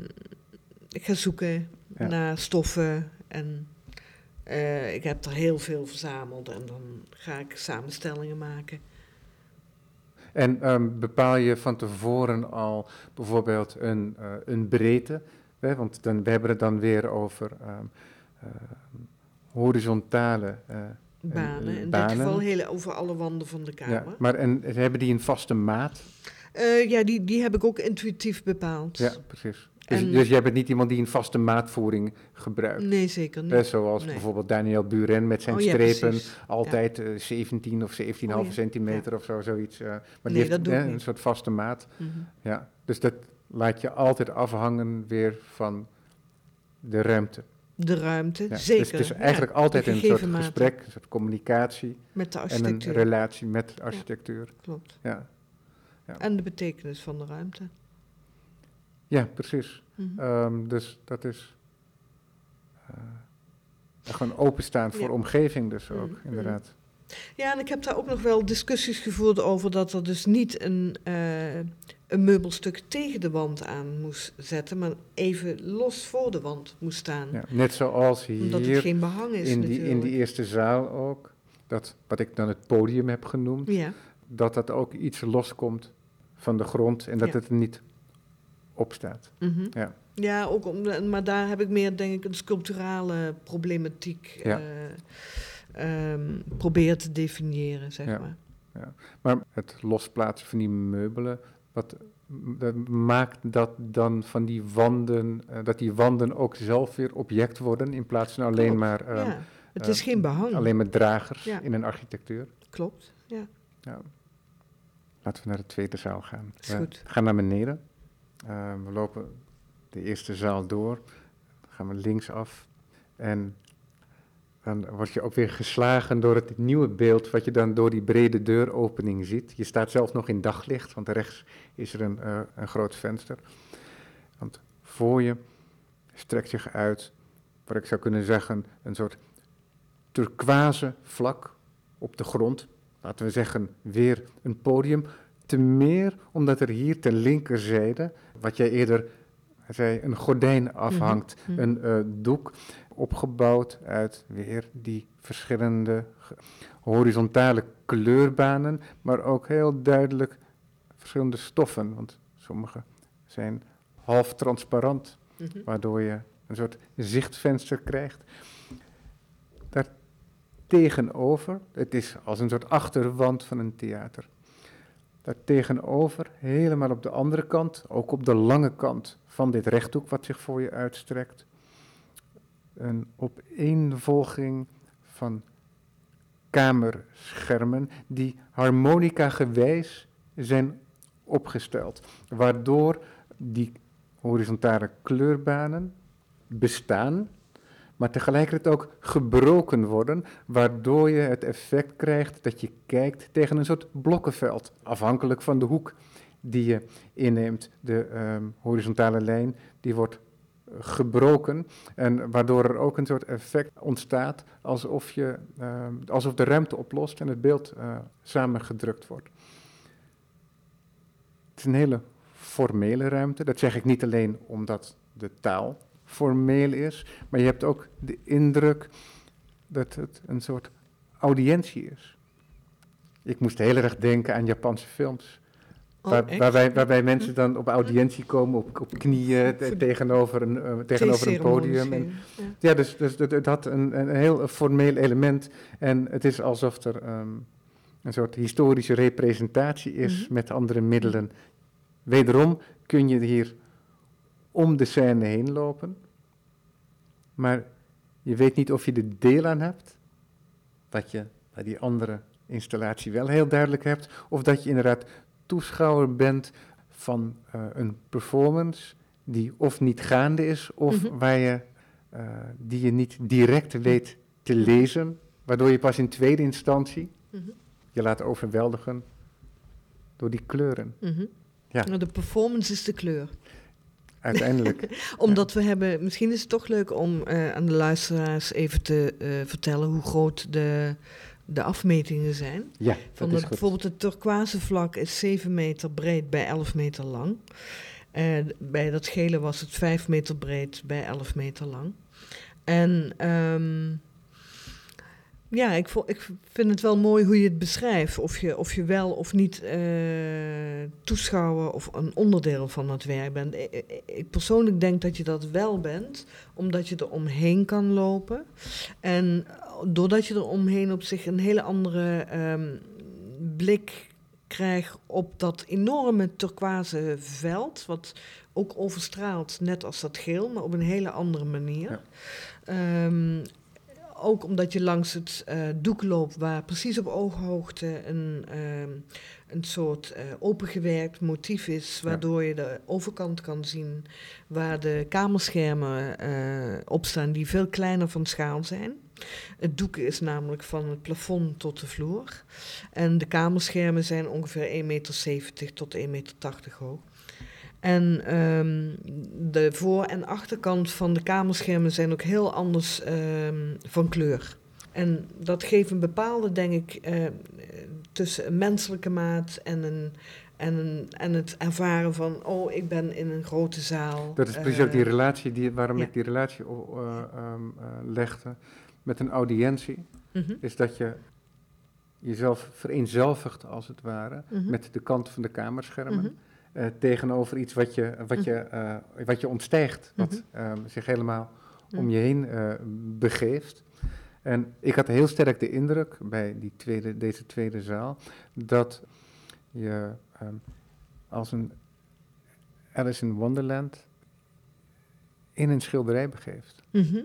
ik ga zoeken ja. naar stoffen en uh, ik heb er heel veel verzameld en dan ga ik samenstellingen maken. En um, bepaal je van tevoren al bijvoorbeeld een, uh, een breedte? Hè? Want dan, we hebben het dan weer over um, uh, horizontale uh, banen. In banen. dit geval hele, over alle wanden van de kamer. Ja, maar en, hebben die een vaste maat? Uh, ja, die, die heb ik ook intuïtief bepaald. Ja, precies. Dus, dus jij bent niet iemand die een vaste maatvoering gebruikt? Nee, zeker niet. Eh, zoals nee. bijvoorbeeld Daniel Buren met zijn oh, ja, strepen, precies. altijd ja. uh, zeventien of zeventien komma vijf oh, ja. centimeter ja. of zo, zoiets. Uh, maar nee, die heeft dat doe eh, ik een niet. soort vaste maat. Mm-hmm. Ja, dus dat laat je altijd afhangen weer van de ruimte. De ruimte, ja, zeker. Dus het is eigenlijk ja, altijd een soort mate. gesprek, een soort communicatie met de en een relatie met de architectuur. Ja, klopt. Ja. Ja. En de betekenis van de ruimte. Ja, precies. Mm-hmm. Um, dus dat is uh, gewoon openstaan voor ja. omgeving dus ook, mm-hmm. inderdaad. Ja, en ik heb daar ook nog wel discussies gevoerd over dat er dus niet een, uh, een meubelstuk tegen de wand aan moest zetten, maar even los voor de wand moest staan. Ja, net zoals hier Omdat het geen behang is in, die, natuurlijk. in die eerste zaal ook, dat, wat ik dan het podium heb genoemd, ja. dat dat ook iets loskomt van de grond en dat ja. het er niet op staat. Mm-hmm. Ja. Ja, ook om, maar daar heb ik meer, denk ik, een sculpturale problematiek ja. uh, um, proberen te definiëren, zeg ja. maar. Ja. Maar het losplaatsen van die meubelen, wat dat maakt dat dan van die wanden, uh, dat die wanden ook zelf weer object worden in plaats van alleen Klopt. maar... Um, ja. Het is uh, geen behang. Alleen maar dragers ja. in een architectuur. Klopt, ja. ja. Laten we naar de tweede zaal gaan. Is goed. We gaan naar beneden. Uh, we lopen de eerste zaal door. Dan gaan we linksaf. En dan word je ook weer geslagen door het nieuwe beeld wat je dan door die brede deuropening ziet. Je staat zelfs nog in daglicht, want rechts is er een, uh, een groot venster. Want voor je strekt zich uit, wat ik zou kunnen zeggen, een soort turquoise vlak op de grond. Laten we zeggen, weer een podium. Te meer omdat er hier ter linkerzijde, wat jij eerder zei, een gordijn afhangt. Mm-hmm. Een uh, doek opgebouwd uit weer die verschillende horizontale kleurbanen, maar ook heel duidelijk verschillende stoffen. Want sommige zijn half transparant, mm-hmm. waardoor je een soort zichtvenster krijgt. Daar tegenover, het is als een soort achterwand van een theater. Daar tegenover, helemaal op de andere kant, ook op de lange kant van dit rechthoek wat zich voor je uitstrekt, een opeenvolging van kamerschermen die harmonica-gewijs zijn opgesteld, waardoor die horizontale kleurbanen bestaan, maar tegelijkertijd ook gebroken worden, waardoor je het effect krijgt dat je kijkt tegen een soort blokkenveld, afhankelijk van de hoek die je inneemt. De um, horizontale lijn die wordt gebroken en waardoor er ook een soort effect ontstaat alsof, je, uh, alsof de ruimte oplost en het beeld uh, samengedrukt wordt. Het is een hele formele ruimte, dat zeg ik niet alleen omdat de taal formeel is, maar je hebt ook de indruk dat het een soort audiëntie is. Ik moest heel erg denken aan Japanse films. Oh, Waar, waarbij, waarbij mensen dan op audiëntie komen, op, op knieën te, tegenover een, uh, tegenover een podium. En, ja. ja, dus, dus het, het had een, een heel formeel element. En het is alsof er um, een soort historische representatie is mm-hmm. met andere middelen. Wederom kun je hier om de scène heen lopen, maar je weet niet of je er deel aan hebt, wat je bij die andere installatie wel heel duidelijk hebt, of dat je inderdaad toeschouwer bent van uh, een performance die of niet gaande is, of mm-hmm. waar je, uh, die je niet direct weet te lezen, waardoor je pas in tweede instantie mm-hmm. je laat overweldigen door die kleuren. Mm-hmm. Ja. Nou, de performance is de kleur. Uiteindelijk. Omdat ja. we hebben, misschien is het toch leuk om uh, aan de luisteraars even te uh, vertellen hoe groot de, de afmetingen zijn. Ja, Van dat is de, goed. Bijvoorbeeld het turquoise vlak is zeven meter breed bij elf meter lang. Uh, bij dat gele was het vijf meter breed bij elf meter lang. En um, ja, ik, vo, ik vind het wel mooi hoe je het beschrijft. Of je, of je wel of niet uh, toeschouwer of een onderdeel van het werk bent. Ik, ik persoonlijk denk dat je dat wel bent, omdat je er omheen kan lopen. En doordat je er omheen op zich een hele andere um, blik krijgt op dat enorme turquoise veld, wat ook overstraalt, net als dat geel, maar op een hele andere manier. Ja. Um, Ook omdat je langs het uh, doek loopt waar precies op ooghoogte een, uh, een soort uh, opengewerkt motief is, waardoor ja. je de overkant kan zien, waar de kamerschermen uh, op staan die veel kleiner van schaal zijn. Het doek is namelijk van het plafond tot de vloer. En de kamerschermen zijn ongeveer één meter zeventig tot één meter tachtig hoog. En um, de voor- en achterkant van de kamerschermen zijn ook heel anders um, van kleur. En dat geeft een bepaalde, denk ik, uh, tussen een menselijke maat en, een, en, een, en het ervaren van, oh, ik ben in een grote zaal. Dat is precies uh, ook die relatie, die, waarom ja. ik die relatie uh, um, uh, legde met een audiëntie. Mm-hmm. Is dat je jezelf vereenzelvigt, als het ware, mm-hmm. met de kant van de kamerschermen. Mm-hmm. Uh, tegenover iets wat je, wat je, uh, wat je ontstijgt, wat uh, zich helemaal om je heen uh, begeeft. En ik had heel sterk de indruk bij die tweede, deze tweede zaal, dat je um, als een Alice in Wonderland in een schilderij begeeft. Mm-hmm.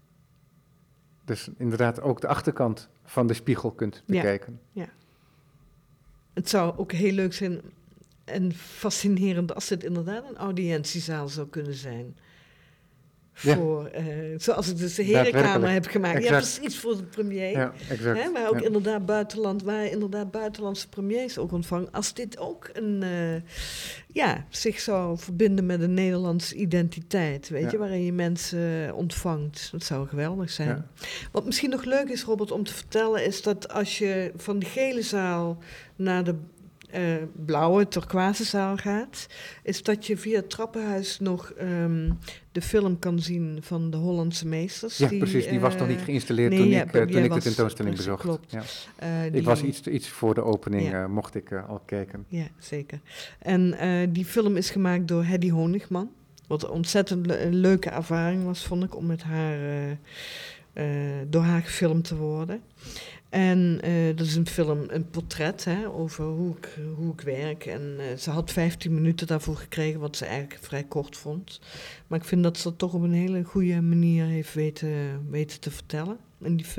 Dus inderdaad ook de achterkant van de spiegel kunt bekijken. Ja, ja. Het zou ook heel leuk zijn en fascinerend als dit inderdaad een audiëntiezaal zou kunnen zijn. Voor, ja. uh, zoals ik dus de herenkamer heb gemaakt. Exact. Ja, precies, voor de premier. Ja, exact. Hè, waar ook ja. inderdaad buitenland, waar inderdaad buitenlandse premiers ook ontvangen. Als dit ook een, uh, ja, zich zou verbinden met een Nederlandse identiteit, weet ja. je, waarin je mensen ontvangt. Dat zou geweldig zijn. Ja. Wat misschien nog leuk is, Robert, om te vertellen, is dat als je van de gele zaal naar de Uh, blauwe, turquoise zaal gaat, is dat je via het trappenhuis nog um, de film kan zien van de Hollandse meesters. Ja, die, precies. Die uh, was nog niet geïnstalleerd nee, toen, ja, ik, uh, toen ik was, de tentoonstelling bezocht. Klopt. Ja. Uh, ik die, was iets, iets voor de opening, ja. uh, mocht ik uh, al kijken. Ja, zeker. En uh, die film is gemaakt door Hedy Honigman. Wat een ontzettend le- een leuke ervaring was, vond ik, om met haar, uh, uh, door haar gefilmd te worden. En uh, dat is een film, een portret hè, over hoe ik, hoe ik werk. En uh, ze had vijftien minuten daarvoor gekregen, wat ze eigenlijk vrij kort vond. Maar ik vind dat ze dat toch op een hele goede manier heeft weten, weten te vertellen in die film.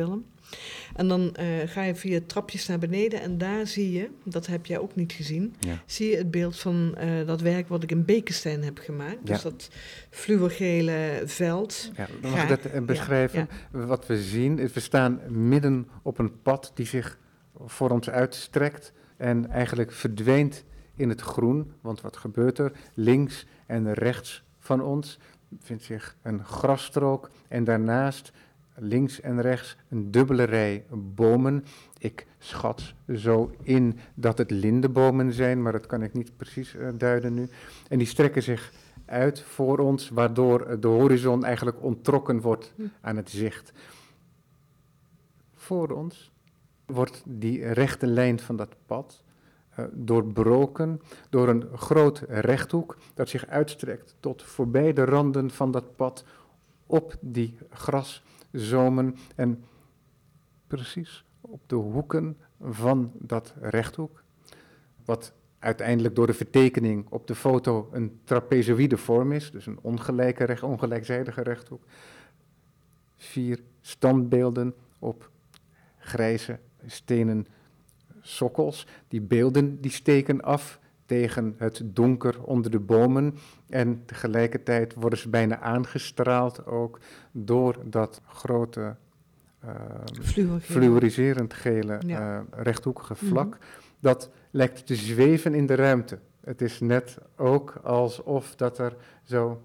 En dan uh, ga je via trapjes naar beneden en daar zie je, dat heb jij ook niet gezien, Ja. zie je het beeld van uh, dat werk wat ik in Bekenstein heb gemaakt. Ja. Dus dat fluorgele veld. Ja, dan mag ik dat uh, beschrijven. Ja, ja. Wat we zien is, we staan midden op een pad die zich voor ons uitstrekt en eigenlijk verdwijnt in het groen. Want wat gebeurt er? Links en rechts van ons vindt zich een grasstrook en daarnaast links en rechts een dubbele rij bomen. Ik schat zo in dat het lindebomen zijn, maar dat kan ik niet precies uh, duiden nu. En die strekken zich uit voor ons, waardoor de horizon eigenlijk onttrokken wordt aan het zicht. Voor ons wordt die rechte lijn van dat pad uh, doorbroken door een groot rechthoek dat zich uitstrekt tot voorbij de randen van dat pad op die graszomen en precies op de hoeken van dat rechthoek, wat uiteindelijk door de vertekening op de foto een trapezoïde vorm is, dus een ongelijke, recht, ongelijkzijdige rechthoek, vier standbeelden op grijze stenen sokkels. Die beelden die steken af tegen het donker onder de bomen en tegelijkertijd worden ze bijna aangestraald ook door dat grote uh, fluoriserend gele ja. uh, rechthoekige vlak. Mm-hmm. Dat lijkt te zweven in de ruimte. Het is net ook alsof dat er zo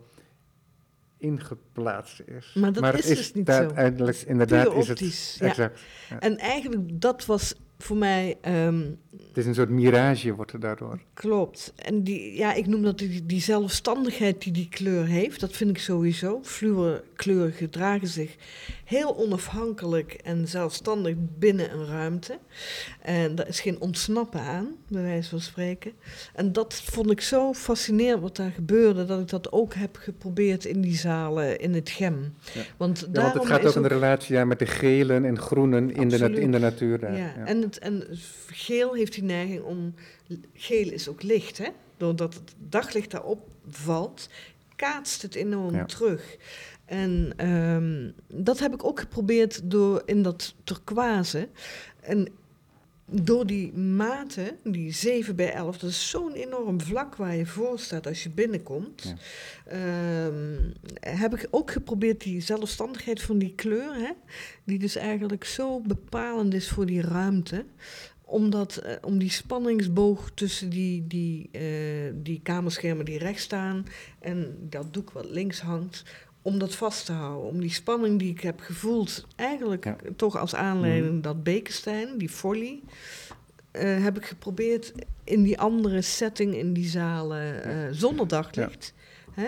ingeplaatst is. Maar dat maar is het is dus niet uiteindelijk zo. inderdaad is het ja. exact. Ja. En eigenlijk dat was voor mij. Um, het is een soort mirage wordt er daardoor. Klopt. En die, ja, ik noem dat die, die zelfstandigheid die die kleur heeft. Dat vind ik sowieso. Fluorkleuren gedragen zich heel onafhankelijk en zelfstandig binnen een ruimte. En daar is geen ontsnappen aan, bij wijze van spreken. En dat vond ik zo fascinerend wat daar gebeurde, dat ik dat ook heb geprobeerd in die zalen in het Gem. Ja. Want, ja, want het gaat ook in de relatie ja, met de gelen en groenen in de, nat- in de natuur. Daar. Ja. Ja. En, het, en geel heeft die neiging om... Geel is ook licht, hè? Doordat het daglicht daarop valt, kaatst het enorm ja. terug. En um, dat heb ik ook geprobeerd door in dat turquoise. En door die maten, die zeven bij elf, dat is zo'n enorm vlak waar je voor staat als je binnenkomt. Ja. Um, heb ik ook geprobeerd die zelfstandigheid van die kleur, hè, die dus eigenlijk zo bepalend is voor die ruimte. Omdat, uh, om die spanningsboog tussen die, die, uh, die kamerschermen die rechts staan en dat doek wat links hangt, om dat vast te houden. Om die spanning die ik heb gevoeld, eigenlijk ja. toch als aanleiding mm. dat Bekenstein, die folie, uh, heb ik geprobeerd in die andere setting, in die zalen, uh, zonder daglicht. Ja. Hè?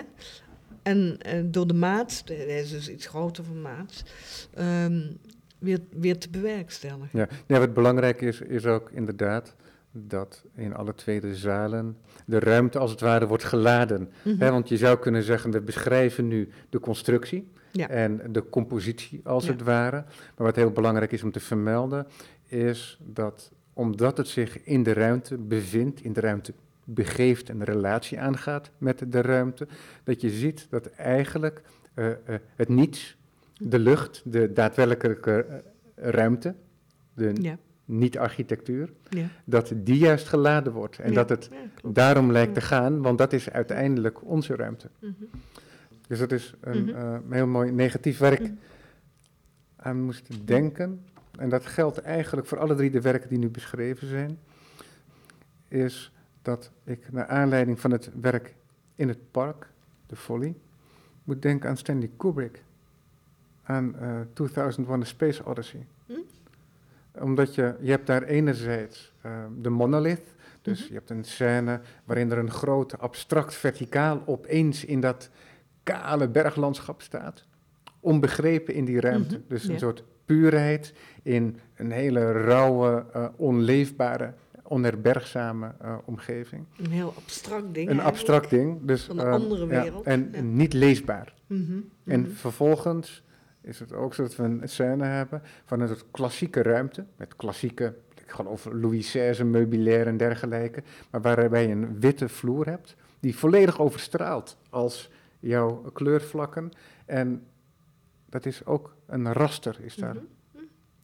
En uh, door de maat, hij is dus iets groter van maat, um, weer, weer te bewerkstelligen. Ja, ja, wat belangrijk is, is ook inderdaad dat in alle twee de zalen de ruimte als het ware wordt geladen. Mm-hmm. He, want je zou kunnen zeggen, we beschrijven nu de constructie ja. en de compositie als ja. het ware. Maar wat heel belangrijk is om te vermelden, is dat omdat het zich in de ruimte bevindt, in de ruimte begeeft en een relatie aangaat met de ruimte, dat je ziet dat eigenlijk uh, uh, het niets, de lucht, de daadwerkelijke uh, ruimte, de ja. niet-architectuur, ja. dat die juist geladen wordt. En ja. dat het ja, daarom lijkt te gaan, want dat is uiteindelijk onze ruimte. Mm-hmm. Dus dat is een mm-hmm. uh, heel mooi negatief waar ik mm-hmm. aan moest denken. En dat geldt eigenlijk voor alle drie de werken die nu beschreven zijn. Is dat ik naar aanleiding van het werk in het park, de Folie, moet denken aan Stanley Kubrick. Aan uh, tweeduizend één A Space Odyssey. Mm? Omdat je, je hebt daar enerzijds uh, de monolith, dus mm-hmm. je hebt een scène waarin er een groot abstract verticaal opeens in dat kale berglandschap staat. Onbegrepen in die ruimte, mm-hmm. dus een yeah. soort puurheid in een hele rauwe, uh, onleefbare, onherbergzame uh, omgeving. Een heel abstract ding. Een abstract ding, dus van een uh, andere wereld. Ja, en ja. niet leesbaar. Mm-hmm. En Mm-hmm. vervolgens is het ook zo dat we een scène hebben van een soort klassieke ruimte, met klassieke, ik geloof Louis zesde meubilair en dergelijke, maar waarbij je een witte vloer hebt, die volledig overstraalt als jouw kleurvlakken. En dat is ook een raster, is daar. Mm-hmm.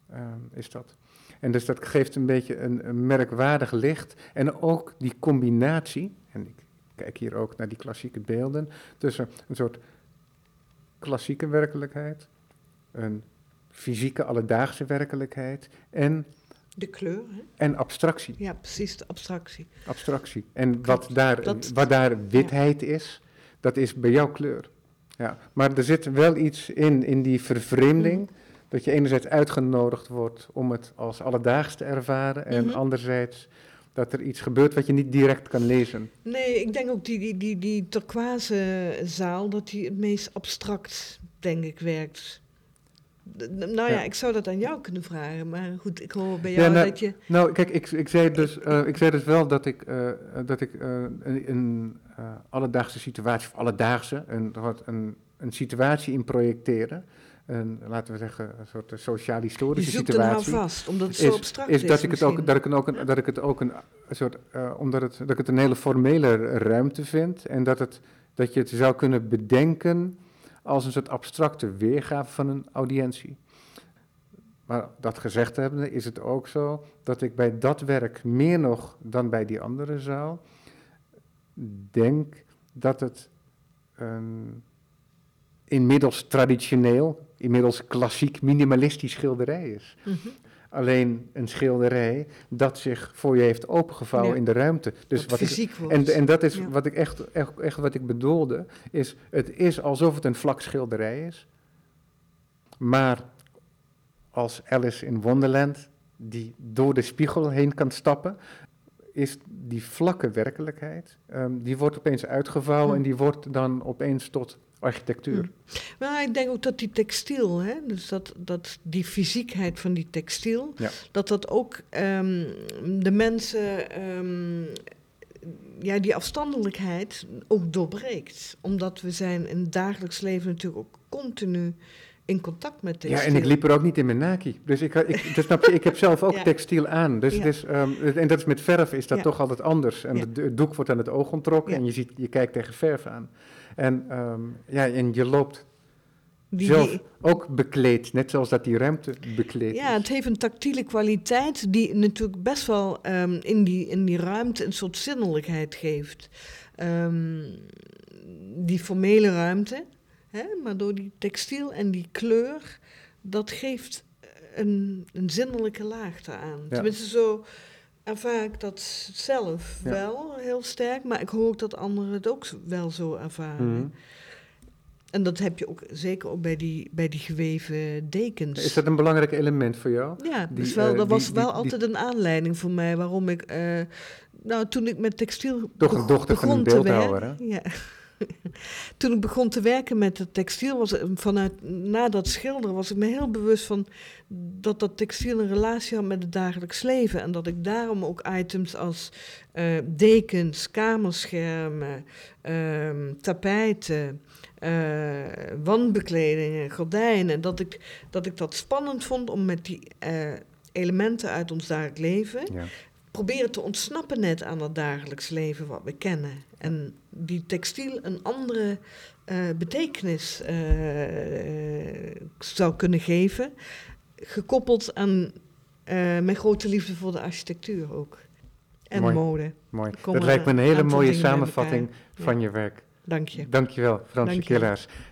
uh, is dat. En dus dat geeft een beetje een, een merkwaardig licht. En ook die combinatie, en ik kijk hier ook naar die klassieke beelden, tussen een soort klassieke werkelijkheid, een fysieke alledaagse werkelijkheid en de kleur, hè? En abstractie. Ja, precies, de abstractie. Abstractie. En wat daar, dat, wat daar witheid ja. is, dat is bij jou kleur. Ja. Maar er zit wel iets in, in die vervreemding, mm-hmm. dat je enerzijds uitgenodigd wordt om het als alledaags te ervaren, en mm-hmm. anderzijds dat er iets gebeurt wat je niet direct kan lezen. Nee, ik denk ook die, die, die, die turquoise zaal, dat die het meest abstract, denk ik, werkt. Nou ja, ja, ik zou dat aan jou kunnen vragen, maar goed, ik hoor bij jou ja, nou, dat je... Nou, kijk, ik, ik, zei, dus, uh, ik zei dus wel dat ik, uh, dat ik uh, een, een uh, alledaagse situatie, of alledaagse, een, een, een situatie in projecteren, een, laten we zeggen, een soort sociaal-historische situatie. Je zoekt er nou vast, omdat het is, zo abstract is. Is dat ik het ook, dat ik het ook een, dat ik het ook een, een soort, uh, omdat het, dat ik het een hele formele ruimte vind, en dat, het, dat je het zou kunnen bedenken als een soort abstracte weergave van een audiëntie. Maar dat gezegd hebbende is het ook zo dat ik bij dat werk meer nog dan bij die andere zaal denk dat het een inmiddels traditioneel, inmiddels klassiek minimalistisch schilderij is. Mm-hmm. Alleen een schilderij dat zich voor je heeft opengevouwen ja. in de ruimte. Dus dat wat fysiek ik, wordt. En, en dat is ja. wat ik echt, echt, echt wat ik bedoelde, is het is alsof het een vlak schilderij is, maar als Alice in Wonderland, die door de spiegel heen kan stappen, is die vlakke werkelijkheid, um, die wordt opeens uitgevouwen hm. en die wordt dan opeens tot architectuur. Hm. Maar ik denk ook dat die textiel, hè, dus dat, dat die fysiekheid van die textiel, ja. dat dat ook um, de mensen, um, ja, die afstandelijkheid ook doorbreekt. Omdat we zijn in het dagelijks leven natuurlijk ook continu in contact met textiel. Ja, en ik liep er ook niet in mijn naki. Dus ik, ik, dus snap je, ik heb zelf ook ja. textiel aan. Dus, ja. dus, um, en dat is met verf is dat ja. toch altijd anders. En ja. de, het doek wordt aan het oog onttrokken ja. en je, ziet, je kijkt tegen verf aan. En, um, ja, en je loopt die, zelf die, ook bekleed, net zoals dat die ruimte bekleed ja, is. Ja, het heeft een tactiele kwaliteit die natuurlijk best wel um, in, die, in die ruimte een soort zinnelijkheid geeft. Um, die formele ruimte... He, maar door die textiel en die kleur, dat geeft een, een zinnelijke laag eraan. Ja. Tenminste, zo ervaar ik dat zelf ja. wel heel sterk, maar ik hoor ook dat anderen het ook wel zo ervaren. Mm-hmm. En dat heb je ook zeker ook bij die, bij die geweven dekens. Is dat een belangrijk element voor jou? Ja, die, dus wel, uh, dat die, was die, wel die, altijd een aanleiding voor mij waarom ik... Uh, nou, toen ik met textiel Toch een dochter van een beeldhouwer, hè? Ja. Toen ik begon te werken met het textiel, was het, vanuit, na dat schilderen, was ik me heel bewust van dat dat textiel een relatie had met het dagelijks leven. En dat ik daarom ook items als uh, dekens, kamerschermen, uh, tapijten, uh, wandbekledingen, gordijnen, dat ik, dat ik dat spannend vond om met die uh, elementen uit ons dagelijks leven... Ja. proberen te ontsnappen net aan het dagelijks leven wat we kennen. En die textiel een andere uh, betekenis uh, zou kunnen geven. Gekoppeld aan uh, mijn grote liefde voor de architectuur ook. En mooi, mode. Mooi. Dat lijkt me een hele mooie samenvatting van ja. je werk. Dank je. Dank je wel, Fransje Killaers.